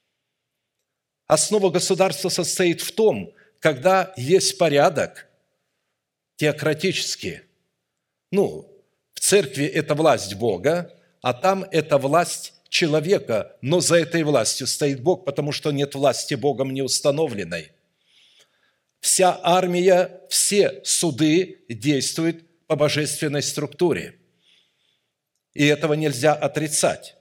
Основа государства состоит в том, когда есть порядок теократический. В церкви это власть Бога, а там это власть человека, но за этой властью стоит Бог, потому что нет власти Богом не установленной. Вся армия, все суды действуют по божественной структуре. И этого нельзя отрицать.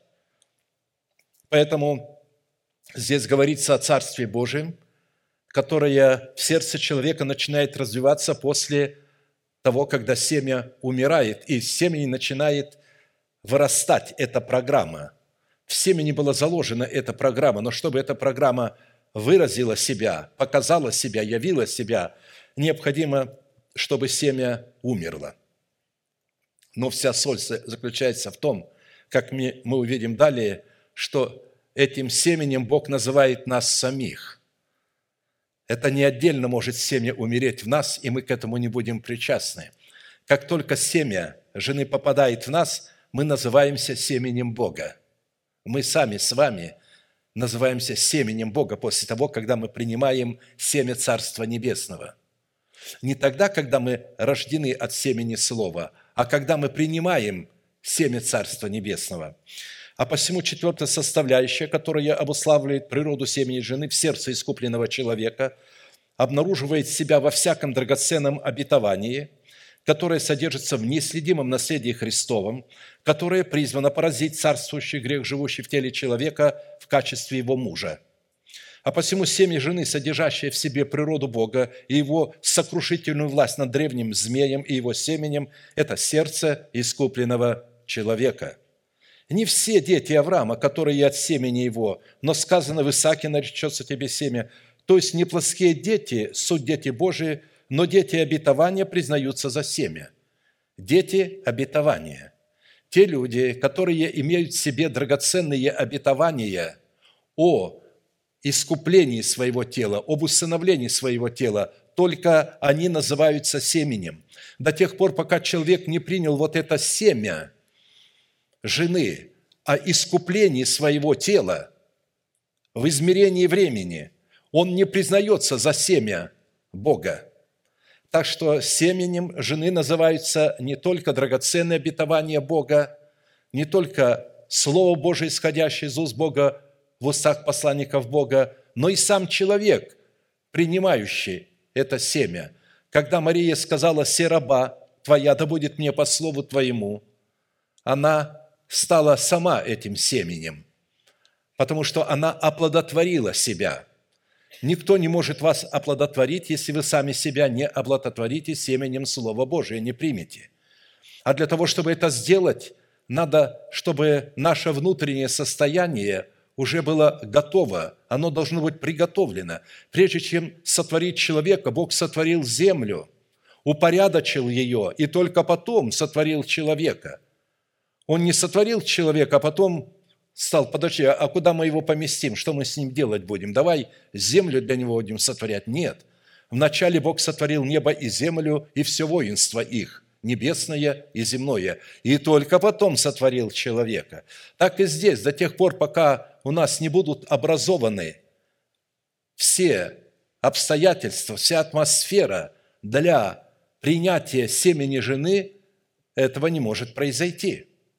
Поэтому здесь говорится о Царстве Божьем, которое в сердце человека начинает развиваться после того, когда семя умирает, и из семени начинает вырастать эта программа. В семени была заложена эта программа, но чтобы эта программа выразила себя, показала себя, явила себя, необходимо, чтобы семя умерло. Но вся соль заключается в том, как мы увидим далее, что этим семенем Бог называет нас самих. Это не отдельно может семя умереть в нас, и мы к этому не будем причастны. Как только семя жены попадает в нас, мы называемся семенем Бога. Мы сами с вами называемся семенем Бога после того, когда мы принимаем семя Царства Небесного. Не тогда, когда мы рождены от семени Слова, а когда мы принимаем семя Царства Небесного. А посему четвертая составляющая, которая обуславливает природу семени жены в сердце искупленного человека, обнаруживает себя во всяком драгоценном обетовании, которое содержится в неследимом наследии Христовом, которое призвано поразить царствующий грех, живущий в теле человека в качестве его мужа. А посему семя жены, содержащее в себе природу Бога и его сокрушительную власть над древним змеем и его семенем, это сердце искупленного человека. Не все дети Авраама, которые от семени его, но сказано: в Исааке наречется тебе семя. То есть не плотские дети, суть дети Божии, но дети обетования признаются за семя. Дети обетования. Те люди, которые имеют в себе драгоценные обетования о искуплении своего тела, об усыновлении своего тела, только они называются семенем. До тех пор, пока человек не принял вот это семя жены о искуплении своего тела в измерении времени, он не признается за семя Бога. Так что семенем жены называются не только драгоценные обетования Бога, не только Слово Божие, исходящее из уст Бога в устах посланников Бога, но и сам человек, принимающий это семя. Когда Мария сказала: «Се раба твоя, да будет мне по слову твоему», она стала сама этим семенем, потому что она оплодотворила себя. Никто не может вас оплодотворить, если вы сами себя не оплодотворите семенем Слова Божия, не примете. А для того, чтобы это сделать, надо, чтобы наше внутреннее состояние уже было готово, оно должно быть приготовлено. Прежде чем сотворить человека, Бог сотворил землю, упорядочил ее, и только потом сотворил человека. Он не сотворил человека, а потом стал: подожди, а куда мы его поместим? Что мы с ним делать будем? Давай землю для него будем сотворять. Нет. Вначале Бог сотворил небо и землю, и все воинство их, небесное и земное, и только потом сотворил человека. Так и здесь, до тех пор, пока у нас не будут образованы все обстоятельства, вся атмосфера для принятия семени жены, этого не может произойти.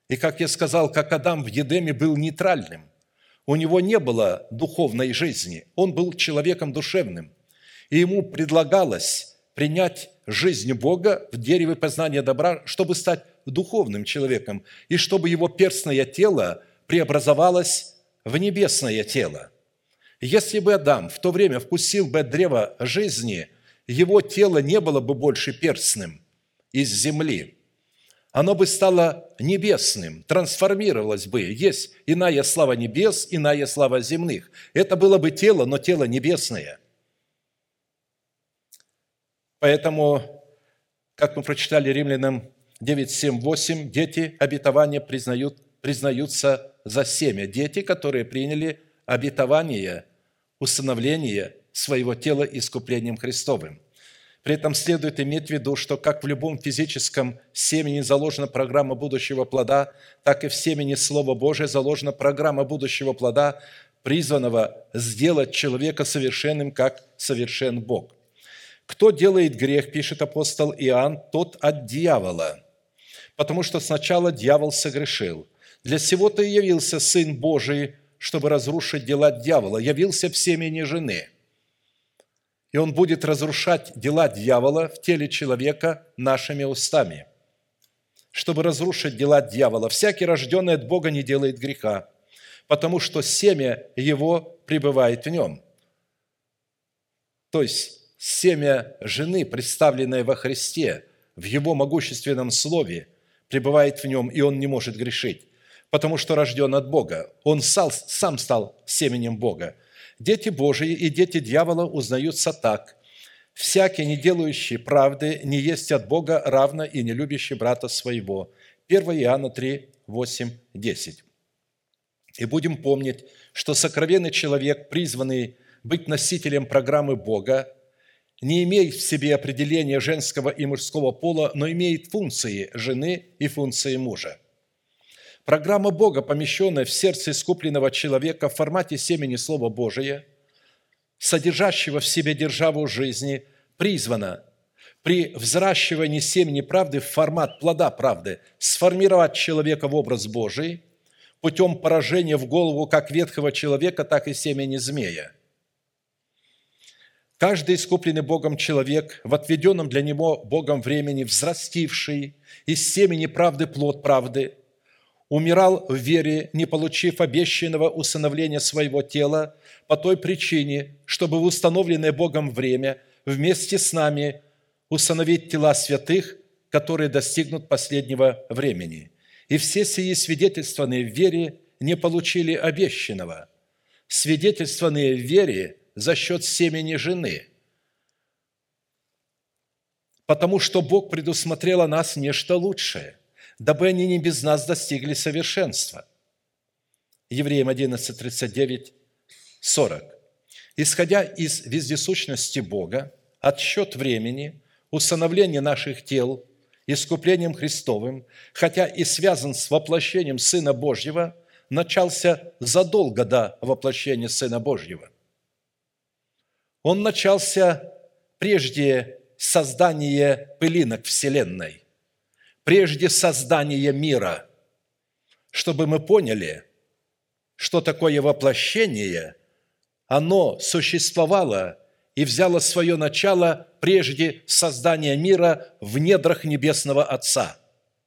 И, как я сказал, как Адам в Едеме был нейтральным, у него не было духовной жизни, он был человеком душевным, и ему предлагалось принять жизнь Бога в дереве познания добра, чтобы стать духовным человеком, и чтобы его перстное тело преобразовалось в небесное тело. Если бы Адам в то время вкусил бы от древа жизни, его тело не было бы больше перстным из земли. Оно бы стало небесным, трансформировалось бы. Есть иная слава небес, иная слава земных. Это было бы тело, но тело небесное. Поэтому, как мы прочитали Римлянам 9, 7, 8, дети обетования признаются за семя. Дети, которые приняли обетование, усыновление своего тела искуплением Христовым. При этом следует иметь в виду, что как в любом физическом семени заложена программа будущего плода, так и в семени Слова Божия заложена программа будущего плода, призванного сделать человека совершенным, как совершен Бог. «Кто делает грех, – пишет апостол Иоанн, – тот от дьявола, потому что сначала дьявол согрешил. Для сего-то и явился Сын Божий, чтобы разрушить дела дьявола, явился в семени жены». И он будет разрушать дела дьявола в теле человека нашими устами. Чтобы разрушить дела дьявола, всякий, рожденный от Бога, не делает греха, потому что семя его пребывает в нем. То есть семя жены, представленное во Христе, в его могущественном слове, пребывает в нем, и он не может грешить, потому что рожден от Бога. Он сам стал семенем Бога. Дети Божии и дети дьявола узнаются так: «Всякий, не делающий правды, не есть от Бога, равно и не любящий брата своего». 1 Иоанна 3, 8, 10. И будем помнить, что сокровенный человек, призванный быть носителем программы Бога, не имеет в себе определения женского и мужского пола, но имеет функции жены и функции мужа. Программа Бога, помещенная в сердце искупленного человека в формате семени Слова Божия, содержащего в себе державу жизни, призвана при взращивании семени правды в формат плода правды сформировать человека в образ Божий путем поражения в голову как ветхого человека, так и семени змея. Каждый искупленный Богом человек, в отведенном для него Богом времени, взрастивший из семени правды плод правды, умирал в вере, не получив обещанного усыновления своего тела по той причине, чтобы в установленное Богом время вместе с нами усыновить тела святых, которые достигнут последнего времени. И все сии, свидетельствованные в вере, не получили обещанного, свидетельствованные в вере за счет семени жены, потому что Бог предусмотрел о нас нечто лучшее, дабы они не без нас достигли совершенства. Евреям 11, 39, 40. Исходя из вездесущности Бога, отсчет времени, усыновление наших тел искуплением Христовым, хотя и связан с воплощением Сына Божьего, начался задолго до воплощения Сына Божьего. Он начался прежде создания пылинок Вселенной, прежде создания мира, чтобы мы поняли, что такое воплощение, оно существовало и взяло свое начало прежде создания мира в недрах Небесного Отца,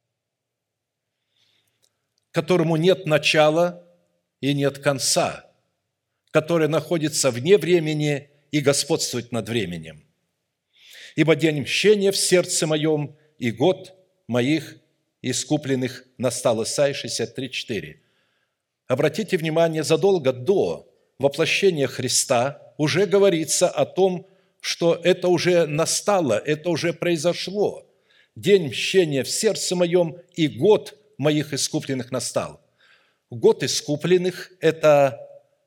которому нет начала и нет конца, который находится вне времени и господствует над временем. Ибо день мщения в сердце моем, и год моих искупленных настал. Исайя 63:4. Обратите внимание, задолго до воплощения Христа уже говорится о том, что это уже настало, это уже произошло. День мщения в сердце моем, и год моих искупленных настал. Год искупленных – это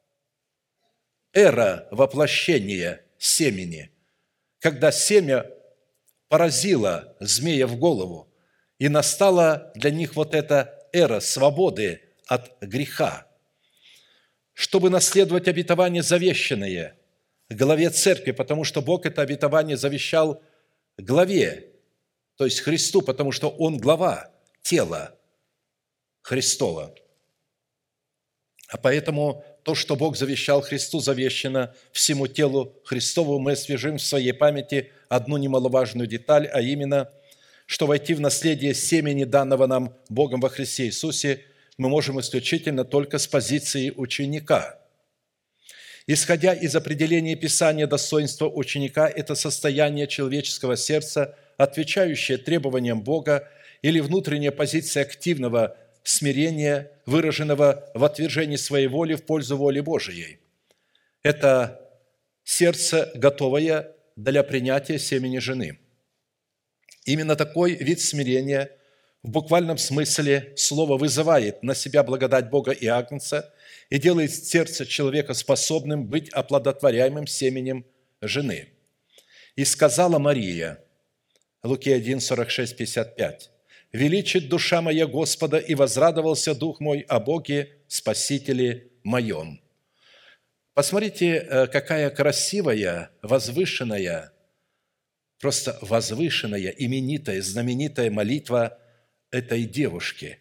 эра воплощения семени, когда семя поразило змея в голову, и настала для них вот эта эра свободы от греха, чтобы наследовать обетование завещанное главе церкви, потому что Бог это обетование завещал главе, то есть Христу, потому что Он глава тела. Христова. А поэтому то, что Бог завещал Христу, завещано всему телу Христову. Мы освежим в своей памяти одну немаловажную деталь, а именно, что войти в наследие семени, данного нам Богом во Христе Иисусе, мы можем исключительно только с позиции ученика. Исходя из определения Писания, достоинство ученика – это состояние человеческого сердца, отвечающее требованиям Бога, или внутренняя позиция активного смирения, выраженного в отвержении своей воли в пользу воли Божией. Это сердце, готовое для принятия семени жены. Именно такой вид смирения в буквальном смысле слова вызывает на себя благодать Бога и Агнца и делает сердце человека способным быть оплодотворяемым семенем жены. «И сказала Мария», Луки 1, 46, 55, «Величит душа моя Господа, и возрадовался дух мой о Боге, Спасителе моем». Посмотрите, какая красивая, возвышенная, просто возвышенная, именитая, знаменитая молитва этой девушки.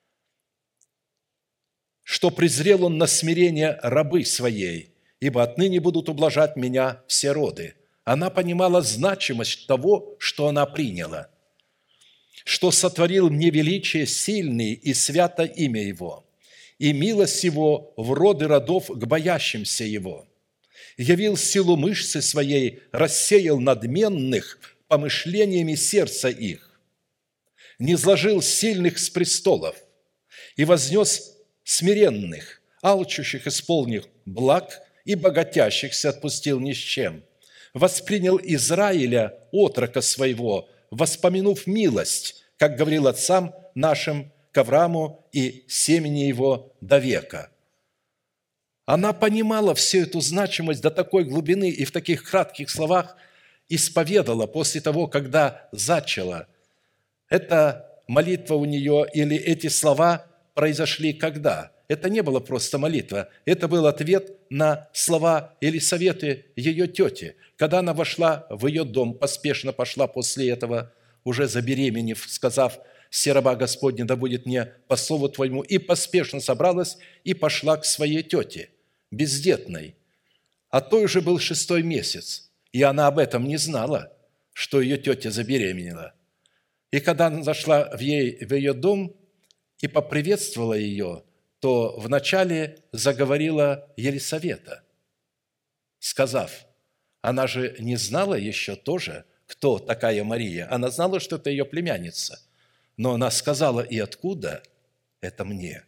«Что презрел он на смирение рабы своей, ибо отныне будут ублажать меня все роды». Она понимала значимость того, что она приняла. «Что сотворил мне величие сильный и свято имя Его, и милость Его в роды родов к боящимся Его. Явил силу мышцы своей, рассеял надменных помышлениями сердца их, низложил сильных с престолов и вознес смиренных, алчущих исполнив благ и богатящихся отпустил ни с чем. Воспринял Израиля, отрока своего, воспомянув милость, как говорил отцам нашим, к Аврааму и семени его до века». Она понимала всю эту значимость до такой глубины и в таких кратких словах исповедала после того, когда зачала. Эта молитва у нее или эти слова произошли когда? Это не было просто молитва, это был ответ на слова или советы ее тети. Когда она вошла в ее дом, поспешно пошла после этого, уже забеременев, сказав: «Се раба Господня, да будет мне по слову Твоему», и поспешно собралась и пошла к своей тете, бездетной. А той уже был 6-й месяц, и она об этом не знала, что ее тетя забеременела. И когда она зашла в ее дом и поприветствовала ее, то вначале заговорила Елисавета, сказав, она же не знала еще тоже, кто такая Мария. Она знала, что это ее племянница. Но она сказала: «И откуда это мне?»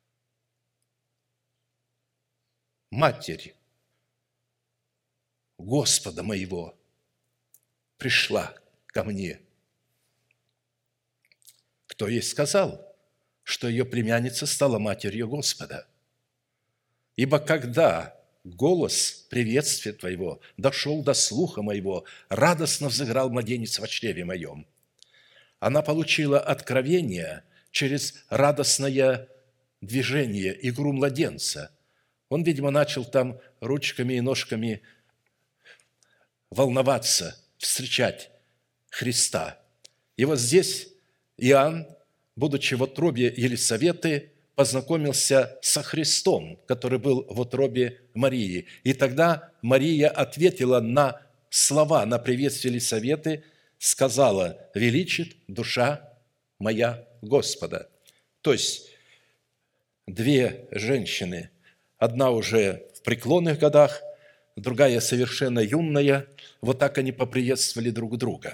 Матерь Господа моего пришла ко мне. Кто ей сказал, что ее племянница стала матерью Господа? Ибо когда голос приветствия Твоего дошел до слуха моего, радостно взыграл младенец во чреве моем». Она получила откровение через радостное движение, игру младенца. Он, видимо, начал там ручками и ножками волноваться, встречать Христа. И вот здесь Иоанн, будучи в утробе Елисаветы, познакомился со Христом, который был в утробе Марии. И тогда Мария ответила на слова, на приветствие Елисаветы, сказала: «Величит душа моя Господа». То есть две женщины, одна уже в преклонных годах, другая совершенно юная, вот так они поприветствовали друг друга.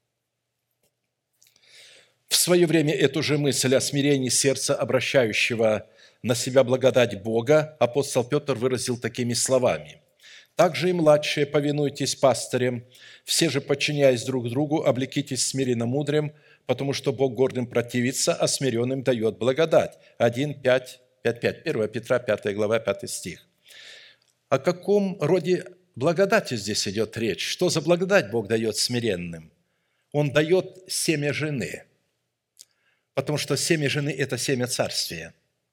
В свое время эту же мысль о смирении сердца, обращающего на себя благодать Бога, апостол Петр выразил такими словами: «Также и младшие повинуйтесь пастырям, все же, подчиняясь друг другу, облекитесь смиренно мудрым, потому что Бог гордым противится, а смиренным дает благодать». 1 Петра, 5 глава, 5 стих. О каком роде благодати здесь идет речь? Что за благодать Бог дает смиренным? Он дает семя жены, потому что семя жены – это семя царствия.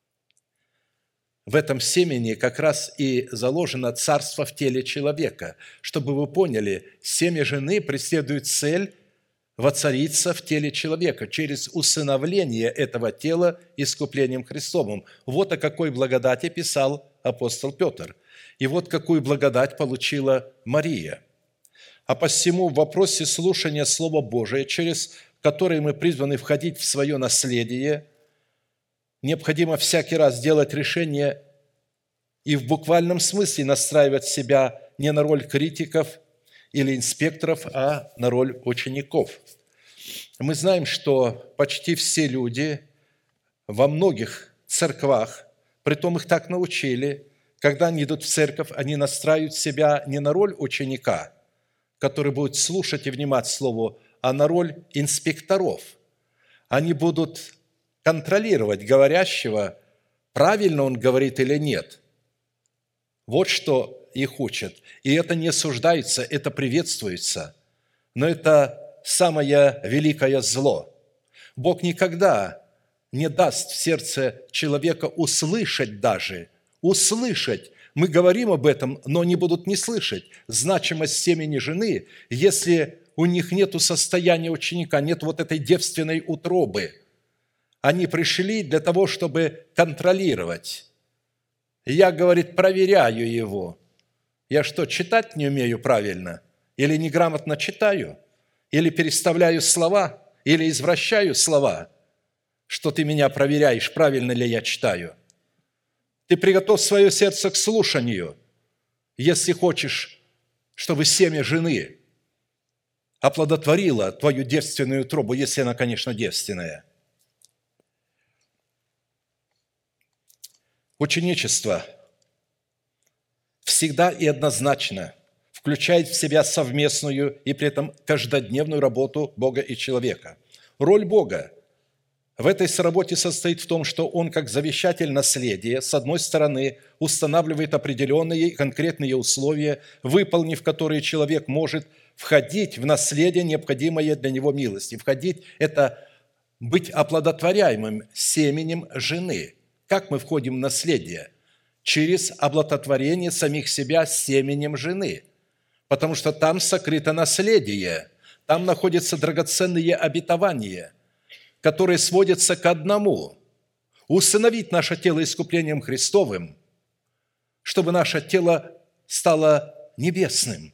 В этом семени как раз и заложено царство в теле человека. Чтобы вы поняли, семя жены преследует цель воцариться в теле человека через усыновление этого тела искуплением Христовым. Вот о какой благодати писал апостол Петр. И вот какую благодать получила Мария. А посему в вопросе слушания Слова Божия, через которое мы призваны входить в свое наследие, необходимо всякий раз делать решение и в буквальном смысле настраивать себя не на роль критиков или инспекторов, а на роль учеников. Мы знаем, что почти все люди во многих церквах, притом их так научили, когда они идут в церковь, они настраивают себя не на роль ученика, который будет слушать и внимать Слову, а на роль инспекторов. Они будут контролировать говорящего, правильно он говорит или нет. Вот что их учат. И это не осуждается, это приветствуется. Но это самое великое зло. Бог никогда не даст в сердце человека услышать даже, услышать. Мы говорим об этом, но они будут не слышать значимость семени жены, если у них нет состояния ученика, нет вот этой девственной утробы. Они пришли для того, чтобы контролировать. Я, говорит, проверяю его. Я что, читать не умею правильно? Или неграмотно читаю? Или переставляю слова? Или извращаю слова? Что ты меня проверяешь, правильно ли я читаю? Ты приготовь свое сердце к слушанию, если хочешь, чтобы семя жены оплодотворило твою девственную утробу, если она, конечно, девственная. Ученичество всегда и однозначно включает в себя совместную и при этом каждодневную работу Бога и человека. Роль Бога в этой соработе состоит в том, что Он, как завещатель наследия, с одной стороны, устанавливает определенные конкретные условия, выполнив которые человек может входить в наследие, необходимое для него милости. Входить – это быть оплодотворяемым семенем жены. Как мы входим в наследие? Через оплодотворение самих себя семенем жены. Потому что там сокрыто наследие, там находятся драгоценные обетования, которые сводятся к одному – усыновить наше тело искуплением Христовым, чтобы наше тело стало небесным,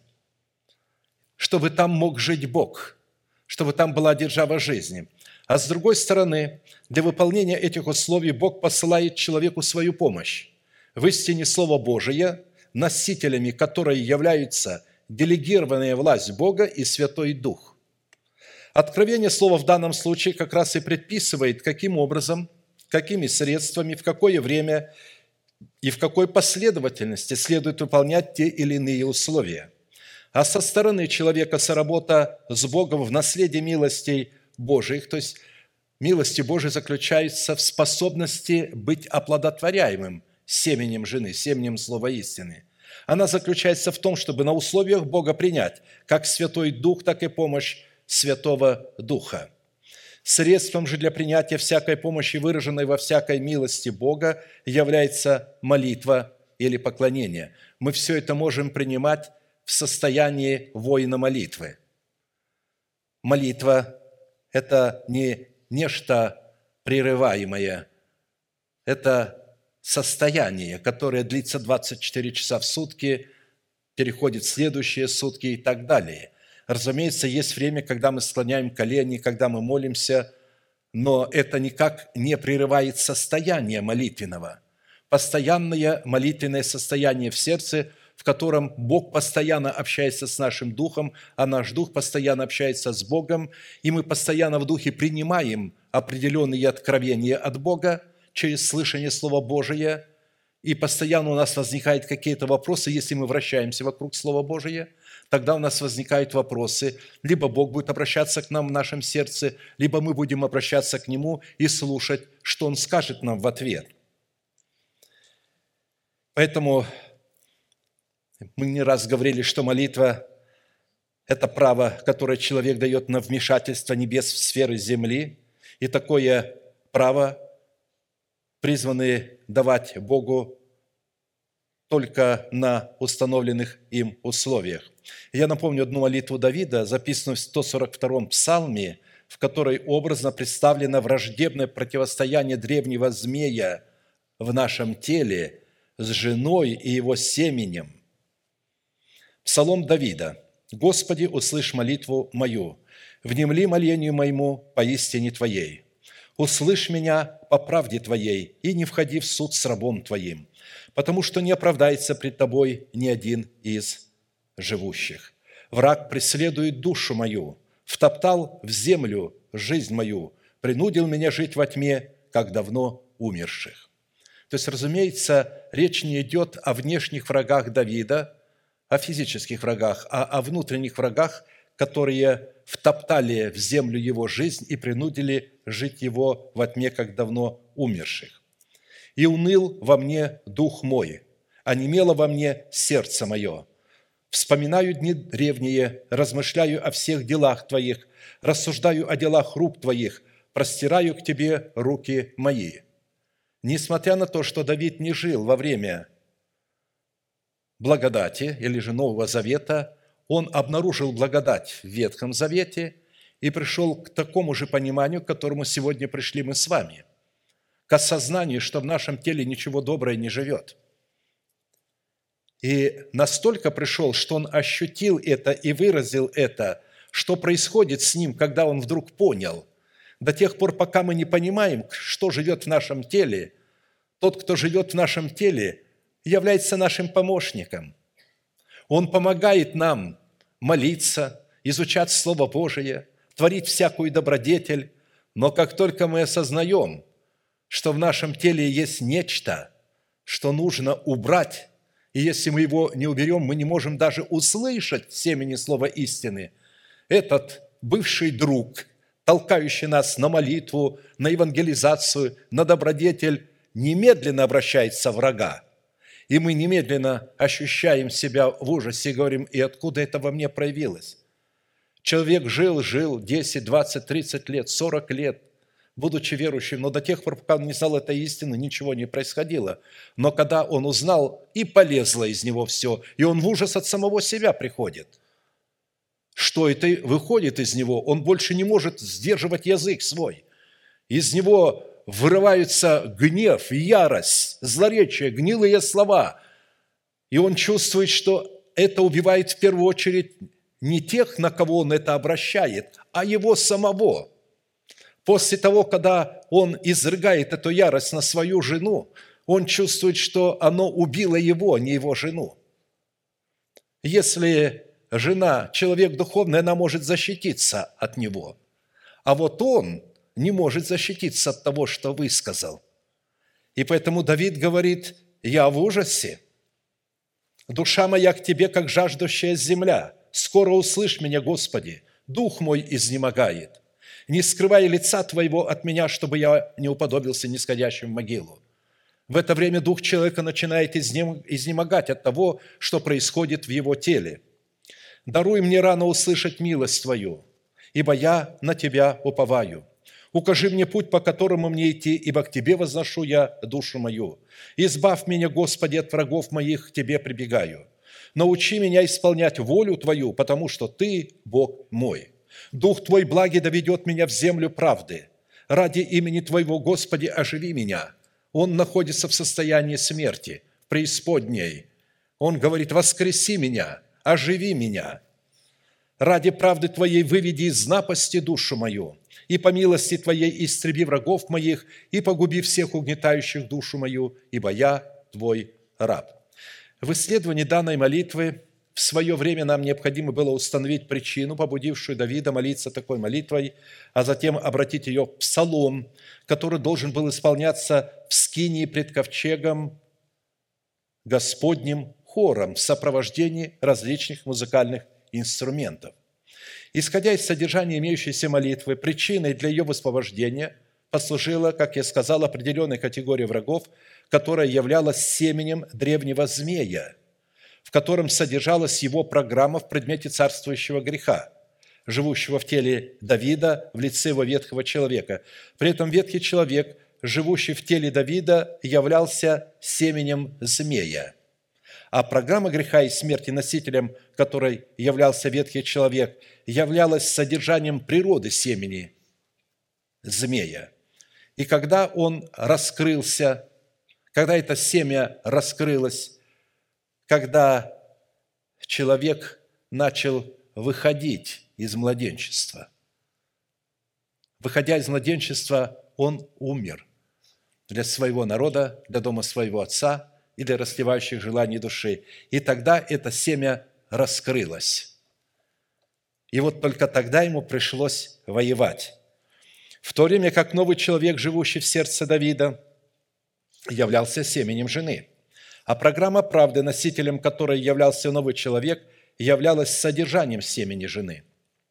чтобы там мог жить Бог, чтобы там была держава жизни. А с другой стороны, для выполнения этих условий Бог посылает человеку свою помощь. В истине Слово Божие, носителями которой являются делегированная власть Бога и Святой Дух. Откровение Слова в данном случае как раз и предписывает, каким образом, какими средствами, в какое время и в какой последовательности следует выполнять те или иные условия. А со стороны человека соработа с Богом в наследии милостей Божьих, то есть милости Божьи заключаются в способности быть оплодотворяемым семенем жены, семенем слова истины. Она заключается в том, чтобы на условиях Бога принять как Святой Дух, так и помощь Святого Духа. Средством же для принятия всякой помощи, выраженной во всякой милости Бога, является молитва или поклонение. Мы все это можем принимать в состоянии воина молитвы. Молитва – это не нечто прерываемое, это состояние, которое длится 24 часа в сутки, переходит в следующие сутки и так далее. Разумеется, есть время, когда мы склоняем колени, когда мы молимся, но это никак не прерывает состояние молитвенного. Постоянное молитвенное состояние в сердце, в котором Бог постоянно общается с нашим духом, а наш дух постоянно общается с Богом, и мы постоянно в духе принимаем определенные откровения от Бога через слышание Слова Божия, и постоянно у нас возникают какие-то вопросы, если мы вращаемся вокруг Слова Божия, тогда у нас возникают вопросы, либо Бог будет обращаться к нам в нашем сердце, либо мы будем обращаться к Нему и слушать, что Он скажет нам в ответ. Поэтому мы не раз говорили, что молитва – это право, которое человек дает на вмешательство небес в сферы земли, и такое право призваны давать Богу только на установленных им условиях. Я напомню одну молитву Давида, записанную в 142-м псалме, в которой образно представлено враждебное противостояние древнего змея в нашем теле с женой и его семенем. Псалом Давида. «Господи, услышь молитву мою, внемли молению моему по истине Твоей. Услышь меня по правде Твоей и не входи в суд с рабом Твоим, потому что не оправдается пред Тобой ни один из живущих. Враг преследует душу мою, втоптал в землю жизнь мою, принудил меня жить во тьме, как давно умерших». То есть, разумеется, речь не идет о внешних врагах Давида, о физических врагах, а о внутренних врагах, которые втоптали в землю его жизнь и принудили жить его во тьме, как давно умерших. «И уныл во мне дух мой, онемело во мне сердце мое. Вспоминаю дни древние, размышляю о всех делах Твоих, рассуждаю о делах рук Твоих, простираю к Тебе руки мои». Несмотря на то, что Давид не жил во время благодати или же Нового Завета, он обнаружил благодать в Ветхом Завете и пришел к такому же пониманию, к которому сегодня пришли мы с вами, к осознанию, что в нашем теле ничего доброго не живет. И настолько пришел, что он ощутил это и выразил это, что происходит с ним, когда он вдруг понял. До тех пор, пока мы не понимаем, что живет в нашем теле, тот, кто живет в нашем теле, является нашим помощником. Он помогает нам молиться, изучать Слово Божие, творить всякую добродетель. Но как только мы осознаем, что в нашем теле есть нечто, что нужно убрать, и если мы его не уберем, мы не можем даже услышать семени Слова истины, этот бывший друг, толкающий нас на молитву, на евангелизацию, на добродетель, немедленно обращается в врага. И мы немедленно ощущаем себя в ужасе и говорим: и откуда это во мне проявилось? Человек жил 10, 20, 30 лет, 40 лет, будучи верующим, но до тех пор, пока он не знал этой истины, ничего не происходило. Но когда он узнал, и полезло из него все, и он в ужас от самого себя приходит. Что это выходит из него? Он больше не может сдерживать язык свой. Из него вырываются гнев, ярость, злоречие, гнилые слова. И он чувствует, что это убивает в первую очередь не тех, на кого он это обращает, а его самого. После того, когда он изрыгает эту ярость на свою жену, он чувствует, что оно убило его, а не его жену. Если жена, человек духовный, она может защититься от него, а вот он не может защититься от того, что высказал. И поэтому Давид говорит: «Я в ужасе, душа моя к Тебе, как жаждущая земля. Скоро услышь меня, Господи, дух мой изнемогает. Не скрывай лица Твоего от меня, чтобы я не уподобился нисходящим в могилу». В это время дух человека начинает изнемогать от того, что происходит в его теле. «Даруй мне рано услышать милость Твою, ибо я на Тебя уповаю. Укажи мне путь, по которому мне идти, ибо к Тебе возношу я душу мою. Избавь меня, Господи, от врагов моих, к Тебе прибегаю. Научи меня исполнять волю Твою, потому что Ты Бог мой. Дух Твой благий доведет меня в землю правды. Ради имени Твоего, Господи, оживи меня». Он находится в состоянии смерти, в преисподней. Он говорит: «Воскреси меня, оживи меня. Ради правды Твоей выведи из напасти душу мою, и по милости Твоей истреби врагов моих, и погуби всех угнетающих душу мою, ибо я Твой раб». В исследовании данной молитвы в свое время нам необходимо было установить причину, побудившую Давида молиться такой молитвой, а затем обратить ее в псалом, который должен был исполняться в скинии пред ковчегом Господним хором в сопровождении различных музыкальных инструментов. Исходя из содержания имеющейся молитвы, причиной для ее высвобождения послужила, как я сказал, определенная категория врагов, которая являлась семенем древнего змея, в котором содержалась его программа в предмете царствующего греха, живущего в теле Давида в лице его ветхого человека. При этом ветхий человек, живущий в теле Давида, являлся семенем змея. А программа греха и смерти, носителем которой являлся ветхий человек, являлась содержанием природы семени змея. И когда он раскрылся, когда это семя раскрылось, когда человек начал выходить из младенчества, выходя из младенчества, он умер для своего народа, для дома своего отца и для растлевающих желаний души. И тогда это семя раскрылось. И вот только тогда ему пришлось воевать. В то время как новый человек, живущий в сердце Давида, являлся семенем жены, а программа правды, носителем которой являлся новый человек, являлась содержанием семени жены.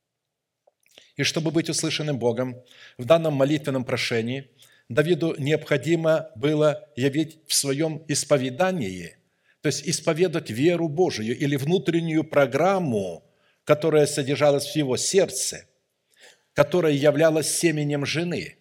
И чтобы быть услышанным Богом в данном молитвенном прошении, Давиду необходимо было явить в своем исповедании, то есть исповедать веру Божию или внутреннюю программу, которая содержалась в его сердце, которая являлась семенем жены.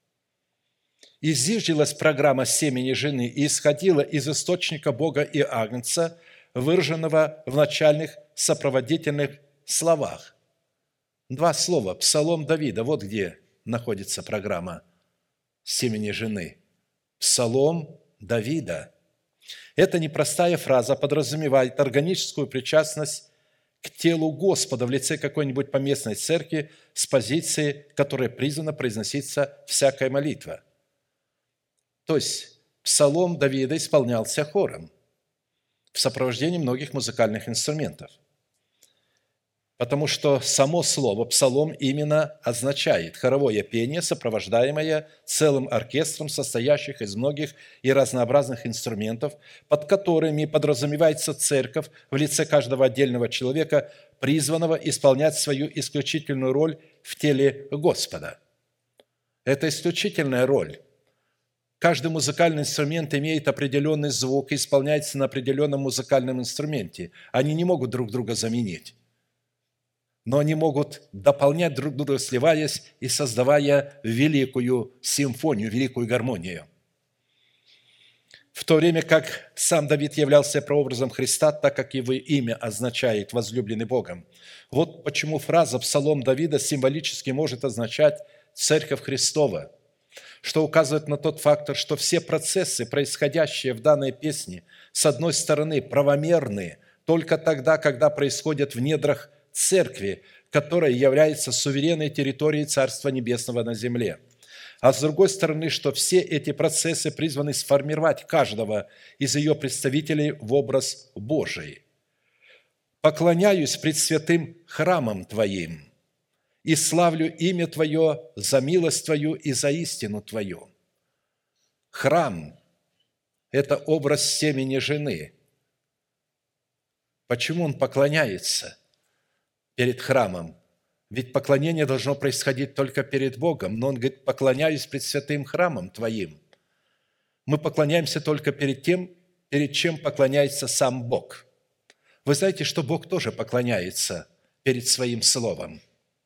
И зиждилась программа семени жены и исходила из источника Бога и Агнца, выраженного в начальных сопроводительных словах. Два слова. Псалом Давида. Вот где находится программа семени жены. Псалом Давида. Эта непростая фраза подразумевает органическую причастность к телу Господа в лице какой-нибудь поместной церкви с позиции, которой призвана произноситься всякая молитва. То есть псалом Давида исполнялся хором в сопровождении многих музыкальных инструментов. Потому что само слово «псалом» именно означает хоровое пение, сопровождаемое целым оркестром, состоящих из многих и разнообразных инструментов, под которыми подразумевается церковь в лице каждого отдельного человека, призванного исполнять свою исключительную роль в теле Господа. Это исключительная роль. Каждый музыкальный инструмент имеет определенный звук и исполняется на определенном музыкальном инструменте. Они не могут друг друга заменить, но они могут дополнять друг друга, сливаясь и создавая великую симфонию, великую гармонию. В то время как сам Давид являлся прообразом Христа, так как его имя означает «возлюбленный Богом». Вот почему фраза «Псалом Давида» символически может означать «Церковь Христова», что указывает на тот фактор, что все процессы, происходящие в данной песне, с одной стороны, правомерны только тогда, когда происходят в недрах церкви, которая является суверенной территорией Царства Небесного на земле. А с другой стороны, что все эти процессы призваны сформировать каждого из ее представителей в образ Божий. «Поклоняюсь пред святым храмом Твоим и славлю имя Твое за милость Твою и за истину Твою». Храм – это образ семени жены. Почему он поклоняется перед храмом? Ведь поклонение должно происходить только перед Богом, но он говорит: «Поклоняюсь пред святым храмом Твоим». Мы поклоняемся только перед тем, перед чем поклоняется сам Бог. Вы знаете, что Бог тоже поклоняется перед Своим Словом.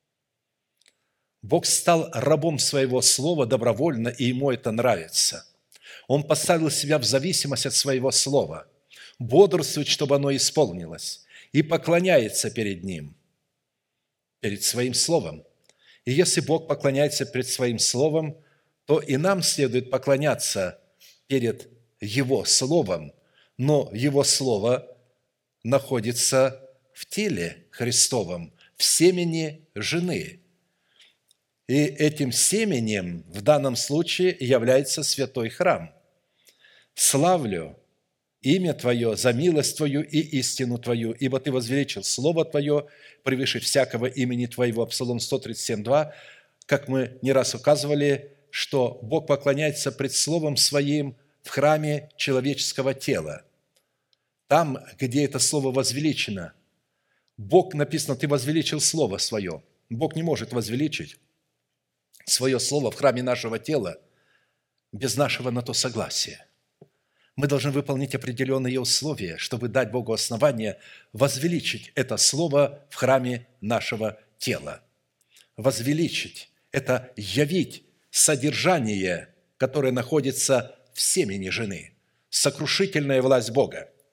Бог стал рабом Своего Слова добровольно, и Ему это нравится. Он поставил себя в зависимость от Своего Слова, бодрствует, чтобы оно исполнилось, и поклоняется перед Ним, перед Своим Словом. И если Бог поклоняется перед Своим Словом, то и нам следует поклоняться перед Его Словом, но Его Слово находится в теле Христовом, в семени жены. И этим семенем в данном случае является святой храм. «Славлю имя Твое за милость Твою и истину Твою, ибо Ты возвеличил Слово Твое превыше всякого имени Твоего». Псалом 137:2. Как мы не раз указывали, что Бог поклоняется пред Словом Своим в храме человеческого тела. Там, где это Слово возвеличено, Бог, написано, Ты возвеличил Слово Свое. Бог не может возвеличить Свое Слово в храме нашего тела без нашего на то согласия. Мы должны выполнить определенные условия, чтобы дать Богу основание возвеличить это Слово в храме нашего тела. Возвеличить – это явить содержание, которое находится в семени жены, сокрушительная власть Бога.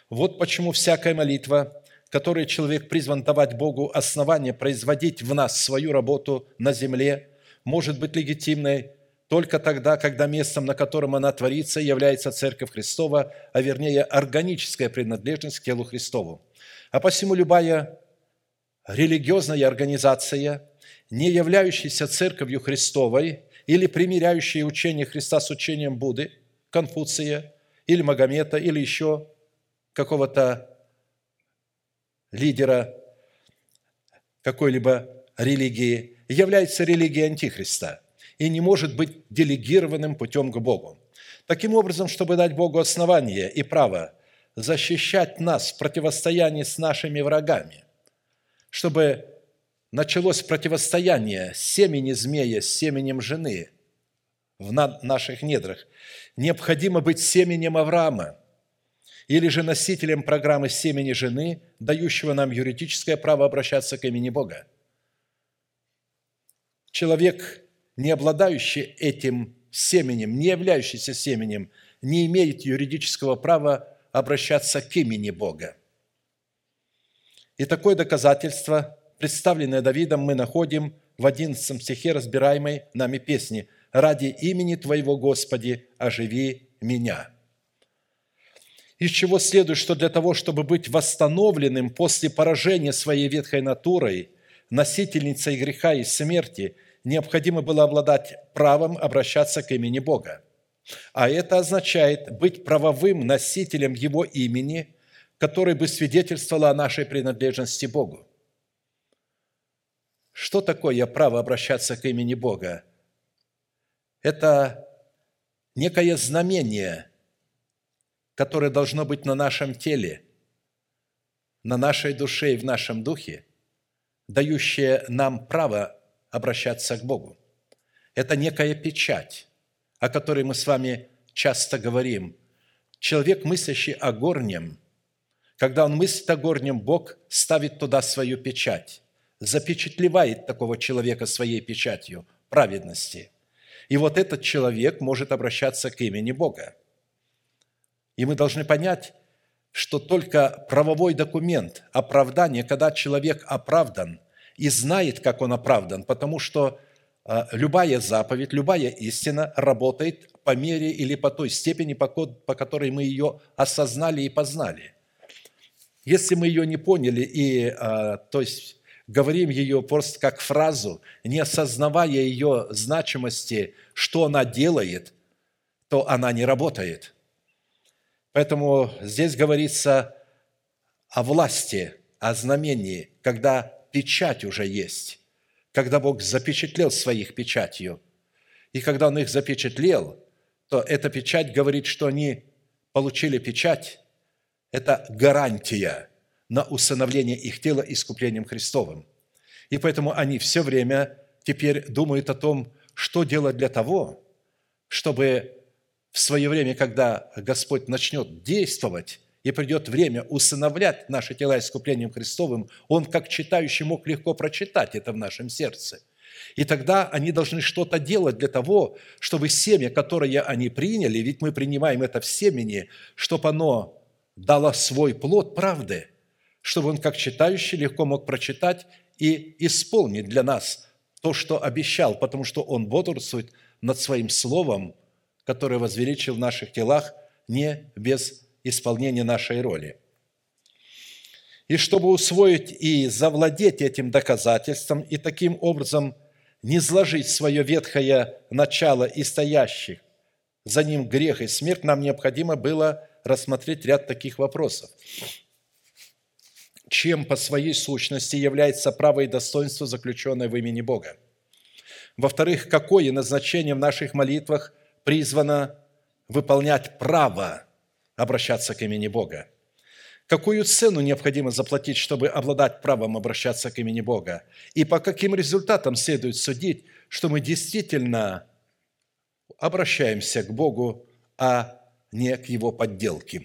Вот почему всякая молитва, которой человек призван давать Богу основание производить в нас свою работу на земле, может быть легитимной только тогда, когда местом, на котором она творится, является Церковь Христова, а вернее органическая принадлежность к телу Христову. А посему любая религиозная организация, не являющаяся Церковью Христовой или примиряющая учение Христа с учением Будды, Конфуция или Магомета, или еще какого-то лидера какой-либо религии, является религией Антихриста и не может быть делегированным путем к Богу. Таким образом, чтобы дать Богу основание и право защищать нас в противостоянии с нашими врагами, чтобы началось противостояние семени змея с семенем жены в наших недрах, необходимо быть семенем Авраама или же носителем программы семени жены, дающего нам юридическое право обращаться к имени Бога. Человек, не обладающий этим семенем, не являющийся семенем, не имеет юридического права обращаться к имени Бога. И такое доказательство, представленное Давидом, мы находим в 11 стихе разбираемой нами песни «Ради имени Твоего, Господи, оживи меня». Из чего следует, что для того, чтобы быть восстановленным после поражения своей ветхой натурой, носительницей греха и смерти, необходимо было обладать правом обращаться к имени Бога. А это означает быть правовым носителем Его имени, который бы свидетельствовал о нашей принадлежности Богу. Что такое право обращаться к имени Бога? Это некое знамение, которое должно быть на нашем теле, на нашей душе и в нашем духе, дающее нам право обращаться к Богу. Это некая печать, о которой мы с вами часто говорим. Человек, мыслящий о горнем, когда он мыслит о горнем, Бог ставит туда свою печать, запечатлевает такого человека своей печатью праведности. И вот этот человек может обращаться к имени Бога. И мы должны понять, что только правовой документ оправдания, когда человек оправдан и знает, как он оправдан, потому что любая заповедь, любая истина работает по мере или по той степени, по которой мы ее осознали и познали. Если мы ее не поняли и, то есть, говорим ее просто как фразу, не осознавая ее значимости, что она делает, то она не работает. Поэтому здесь говорится о власти, о знамении, когда печать уже есть, когда Бог запечатлел своих печатью. И когда Он их запечатлел, то эта печать говорит, что они получили печать. Это гарантия на усыновление их тела искуплением Христовым. И поэтому они все время теперь думают о том, что делать для того, чтобы в свое время, когда Господь начнет действовать и придет время усыновлять наши тела искуплением Христовым, Он, как читающий, мог легко прочитать это в нашем сердце. И тогда они должны что-то делать для того, чтобы семя, которое они приняли, ведь мы принимаем это в семени, чтобы оно дало свой плод правды, чтобы он, как читающий, легко мог прочитать и исполнить для нас то, что обещал, потому что Он бодрствует над Своим Словом, которое возвеличил в наших телах не без исполнения нашей роли. И чтобы усвоить и завладеть этим доказательством, и таким образом не сложить свое ветхое начало и стоящих за ним грех и смерть, нам необходимо было рассмотреть ряд таких вопросов. Чем по своей сущности является право и достоинство, заключенное в имени Бога? Во-вторых, какое назначение в наших молитвах призвано выполнять право обращаться к имени Бога? Какую цену необходимо заплатить, чтобы обладать правом обращаться к имени Бога? И по каким результатам следует судить, что мы действительно обращаемся к Богу, а не к Его подделке?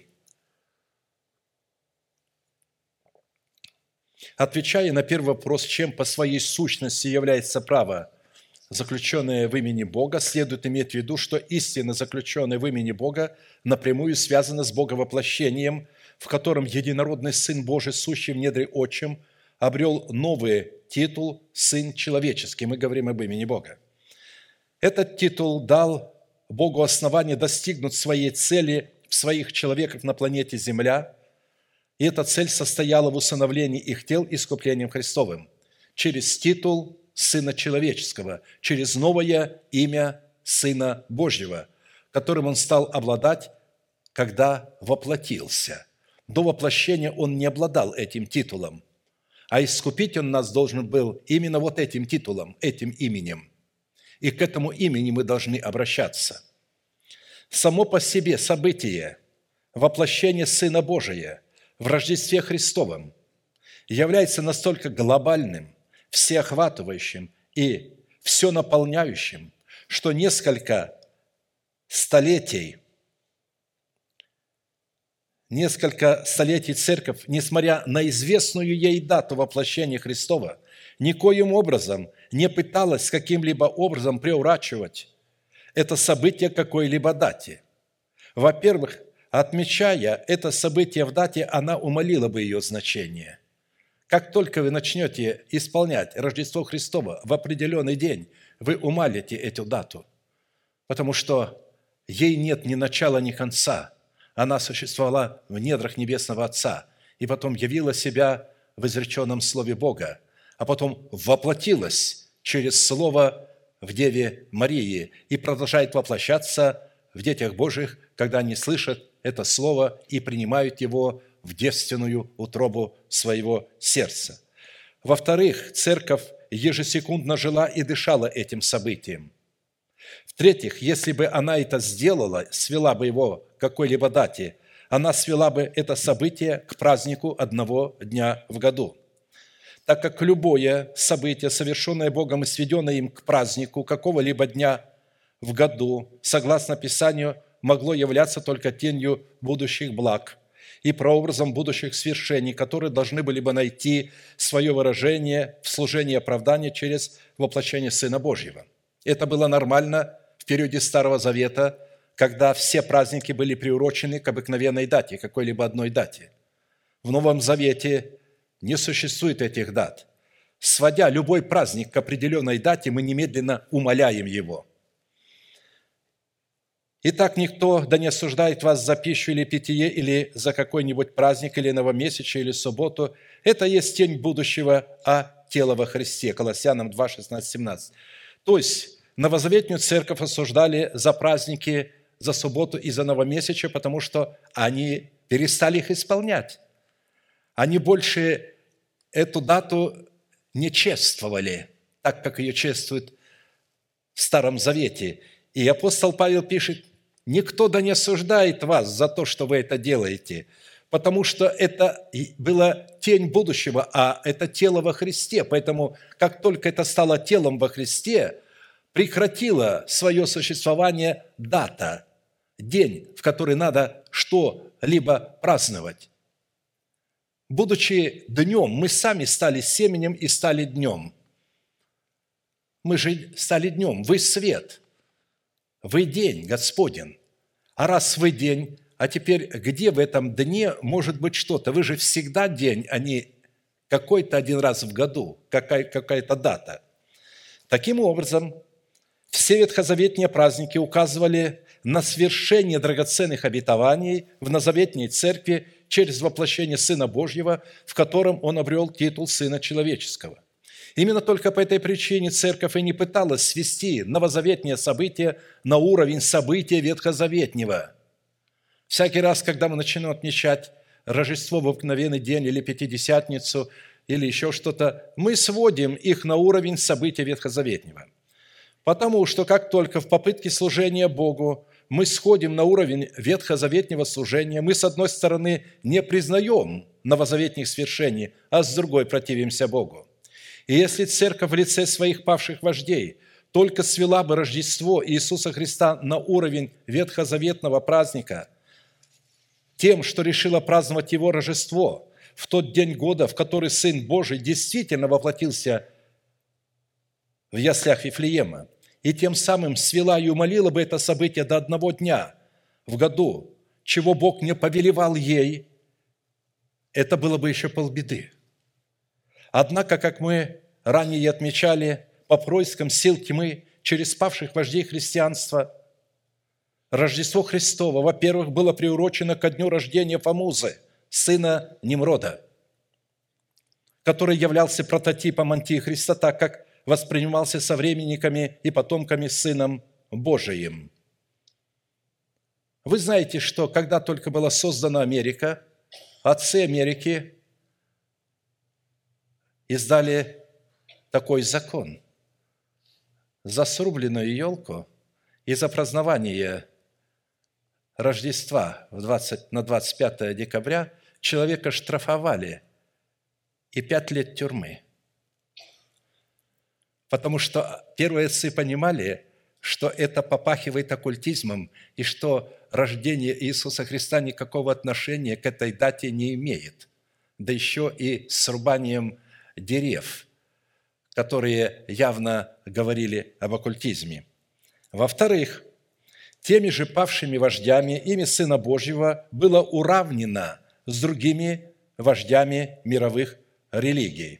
Отвечая на первый вопрос, чем по своей сущности является право, заключенное в имени Бога, следует иметь в виду, что истина, заключенная в имени Бога, напрямую связана с Боговоплощением, в котором единородный Сын Божий, сущий в недре Отчим, обрел новый титул «Сын человеческий». Мы говорим об имени Бога. Этот титул дал Богу основание достигнуть своей цели в своих человеках на планете Земля, и эта цель состояла в усыновлении их тел искуплением Христовым через титул Сына Человеческого, через новое имя Сына Божьего, которым Он стал обладать, когда воплотился. До воплощения Он не обладал этим титулом, а искупить Он нас должен был именно вот этим титулом, этим именем. И к этому имени мы должны обращаться. Само по себе событие воплощения Сына Божия в Рождестве Христовом является настолько глобальным, всеохватывающим и все наполняющим, что несколько столетий Церковь, несмотря на известную ей дату воплощения Христова, никоим образом не пыталась каким-либо образом приурачивать это событие к какой-либо дате. Во-первых, отмечая это событие в дате, она умалила бы ее значение. Как только вы начнете исполнять Рождество Христово в определенный день, вы умалите эту дату, потому что ей нет ни начала, ни конца. Она существовала в недрах Небесного Отца и потом явила себя в изреченном Слове Бога, а потом воплотилась через Слово в Деве Марии и продолжает воплощаться в детях Божьих, когда они слышат это Слово и принимают его в девственную утробу своего сердца. Во-вторых, Церковь ежесекундно жила и дышала этим событием. В-третьих, если бы она это сделала, свела бы его к какой-либо дате, она свела бы это событие к празднику одного дня в году. Так как любое событие, совершенное Богом и сведенное им к празднику какого-либо дня в году, согласно Писанию, могло являться только тенью будущих благ и прообразом будущих свершений, которые должны были бы найти свое выражение в служении оправдания через воплощение Сына Божьего. Это было нормально в периоде Старого Завета, когда все праздники были приурочены к обыкновенной дате, какой-либо одной дате. В Новом Завете не существует этих дат. Сводя любой праздник к определенной дате, мы немедленно умаляем его. Итак, никто да не осуждает вас за пищу или питье, или за какой-нибудь праздник, или новомесячие, или субботу. Это есть тень будущего, а тело во Христе. Колоссянам 2, 16, 17. То есть, новозаветную церковь осуждали за праздники, за субботу и за новомесячие, потому что они перестали их исполнять. Они больше эту дату не чествовали, так как ее чествуют в Старом Завете. И апостол Павел пишет: «Никто да не осуждает вас за то, что вы это делаете, потому что это была тень будущего, а это тело во Христе. Поэтому, как только это стало телом во Христе, прекратила свое существование дата, день, в который надо что-либо праздновать. Будучи днем, мы сами стали семенем и стали днем. Мы же стали днем, вы свет, вы день Господен. А раз вы день, а теперь где в этом дне может быть что-то? Вы же всегда день, а не какой-то один раз в году, какая-то дата. Таким образом, все ветхозаветные праздники указывали на свершение драгоценных обетований в новозаветной церкви через воплощение Сына Божьего, в котором Он обрел титул Сына Человеческого. Именно только по этой причине церковь и не пыталась свести новозаветные события на уровень события ветхозаветнего. Всякий раз, когда мы начинаем отмечать Рождество в обыкновенный день или Пятидесятницу, или еще что-то, мы сводим их на уровень события ветхозаветнего. Потому что как только в попытке служения Богу мы сходим на уровень ветхозаветнего служения, мы, с одной стороны, не признаем новозаветных свершений, а с другой противимся Богу. И если церковь в лице своих павших вождей только свела бы Рождество Иисуса Христа на уровень ветхозаветного праздника тем, что решила праздновать Его Рождество в тот день года, в который Сын Божий действительно воплотился в яслях Вифлеема, и тем самым свела и умолила бы это событие до одного дня в году, чего Бог не повелевал ей это было бы еще полбеды. Однако, как мы ранее отмечали, по проискам сил тьмы через павших вождей христианства, Рождество Христово, во-первых, было приурочено ко дню рождения Фомузы, сына Немрода, который являлся прототипом Антихриста, так как воспринимался современниками и потомками Сыном Божиим. Вы знаете, что когда только была создана Америка, отцы Америки издали такой закон: за срубленную елку и за празднование Рождества на 25 декабря человека штрафовали и 5 лет тюрьмы. Потому что первые отцы понимали, что это попахивает оккультизмом и что рождение Иисуса Христа никакого отношения к этой дате не имеет, да еще и с срубанием дерев, которые явно говорили об оккультизме. Во-вторых, теми же павшими вождями имя Сына Божьего было уравнено с другими вождями мировых религий.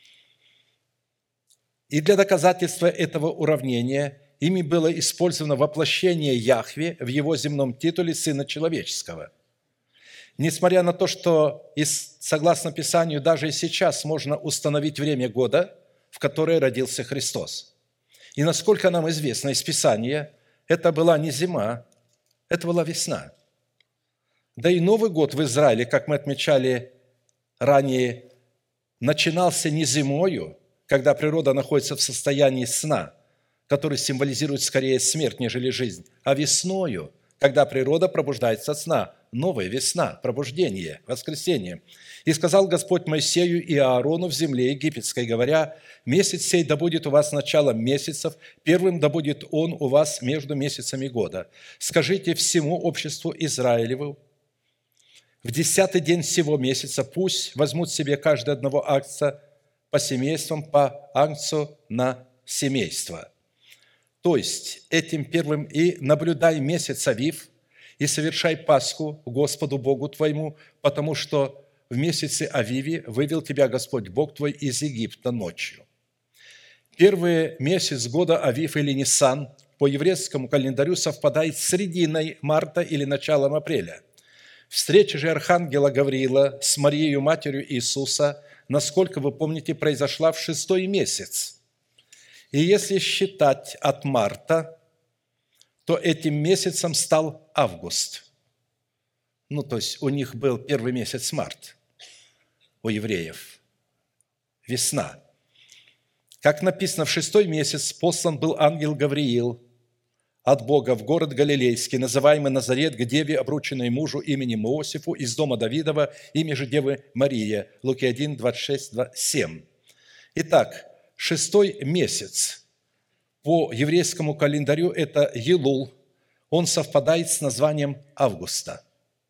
И для доказательства этого уравнения ими было использовано воплощение Яхве в его земном титуле Сына Человеческого. Несмотря на то, что, согласно Писанию, даже и сейчас можно установить время года, в которое родился Христос. И насколько нам известно из Писания, это была не зима, это была весна. Да и Новый год в Израиле, как мы отмечали ранее, начинался не зимою, когда природа находится в состоянии сна, который символизирует скорее смерть, нежели жизнь, а весною, когда природа пробуждается от сна. Новая весна, пробуждение, воскресение. «И сказал Господь Моисею и Аарону в земле египетской, говоря: месяц сей да будет у вас началом месяцев, первым да будет он у вас между месяцами года. Скажите всему обществу Израилеву: в 10-й день сего месяца пусть возьмут себе каждый одного агнца по семействам, по агнцу на семейство». То есть этим первым и наблюдай месяц Авив, и совершай Пасху Господу Богу твоему, потому что в месяце Авиве вывел тебя Господь Бог твой из Египта ночью. Первый месяц года Авив или Нисан по еврейскому календарю совпадает с серединой марта или началом апреля. Встреча же архангела Гавриила с Марией, матерью Иисуса, насколько вы помните, произошла в 6-й месяц. И если считать от марта, то этим месяцем стал август. То есть у них был первый месяц март, у евреев, весна. Как написано, в 6-й месяц послан был ангел Гавриил от Бога в город Галилейский, называемый Назарет, к деве, обрученной мужу именем Иосифу, из дома Давидова, имя же девы Мария. Луки 1, 26, 7. Итак, 6-й месяц по еврейскому календарю – это Елул. Он совпадает с названием августа.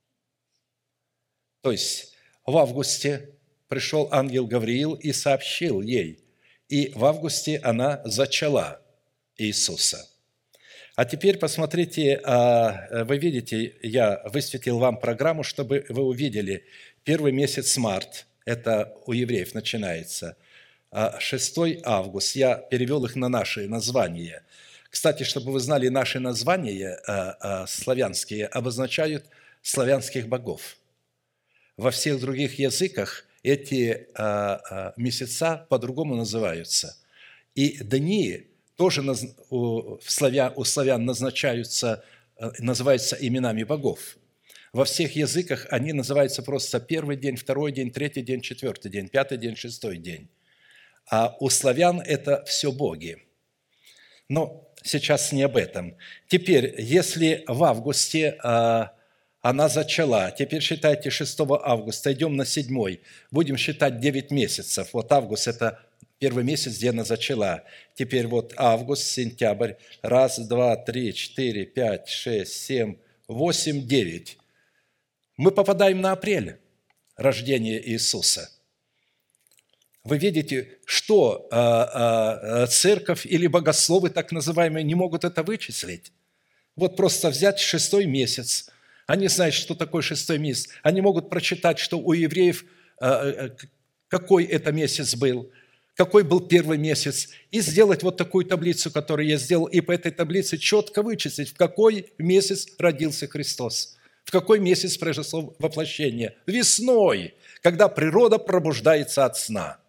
То есть в августе пришел ангел Гавриил и сообщил ей, и в августе она зачала Иисуса. А теперь посмотрите, вы видите, я высветил вам программу, чтобы вы увидели. Первый месяц март, это у евреев начинается, 6 август, я перевел их на наши названия. Кстати, чтобы вы знали, наши названия славянские обозначают славянских богов. Во всех других языках эти месяца по-другому называются. И дни тоже у славян называются именами богов. Во всех языках они называются просто первый день, второй день, третий день, четвертый день, пятый день, шестой день. А у славян это все боги. Но сейчас не об этом. Теперь, если в августе она зачала, теперь считайте 6 августа, идем на 7, будем считать 9 месяцев. Вот август – это первый месяц, где она зачала. Теперь вот август, сентябрь, 1, 2, 3, 4, 5, 6, 7, 8, 9. Мы попадаем на апрель, рождение Иисуса. Вы видите, что церковь или богословы, так называемые, не могут это вычислить. Вот просто взять 6 месяц, Они знают, что такое шестой месяц. Они могут прочитать, что у евреев какой это месяц был, какой был первый месяц, и сделать вот такую таблицу, которую я сделал, и по этой таблице четко вычислить, в какой месяц родился Христос, в какой месяц произошло воплощение. Весной, когда природа пробуждается от сна.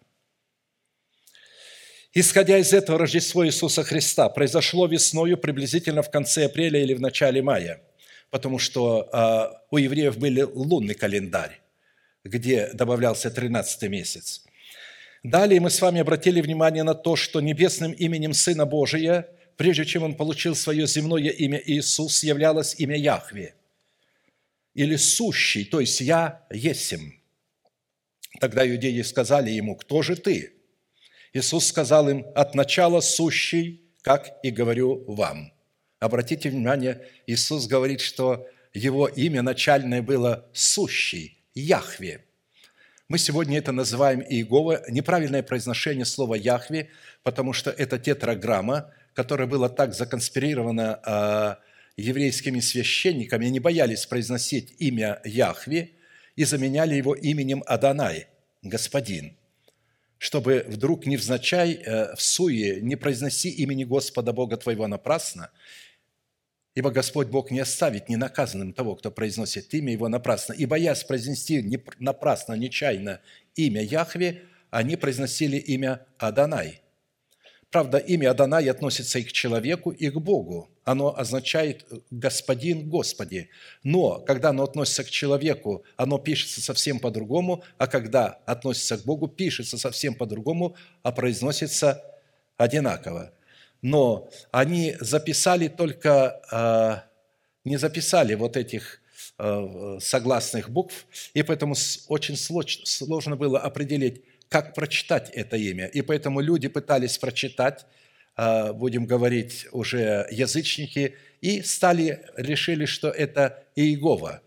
Исходя из этого, Рождество Иисуса Христа произошло весною приблизительно в конце апреля или в начале мая, потому что у евреев был лунный календарь, где добавлялся 13-й месяц. Далее мы с вами обратили внимание на то, что небесным именем Сына Божия, прежде чем Он получил свое земное имя Иисус, являлось имя Яхве, или сущий, то есть «Я есим». Тогда иудеи сказали Ему: «Кто же Ты?» Иисус сказал им: «От начала сущий, как и говорю вам». Обратите внимание, Иисус говорит, что Его имя начальное было сущий, Яхве. Мы сегодня это называем Иегова. Неправильное произношение слова Яхве, потому что это тетраграмма, которая была так законспирирована еврейскими священниками, они боялись произносить имя Яхве и заменяли его именем Адонай, Господин, чтобы вдруг невзначай в суе не произноси имени Господа Бога твоего напрасно, ибо Господь Бог не оставит ненаказанным того, кто произносит имя Его напрасно. И, боясь произнести напрасно, нечаянно имя Яхве, они произносили имя Адонай. Правда, имя Адонай относится и к человеку, и к Богу. Оно означает «Господин, Господи». Но, когда оно относится к человеку, оно пишется совсем по-другому, а когда относится к Богу, пишется совсем по-другому, а произносится одинаково. Но они записали только, не записали вот этих согласных букв, и поэтому очень сложно было определить, как прочитать это имя. И поэтому люди пытались прочитать, будем говорить уже язычники, и решили, что это Иегова,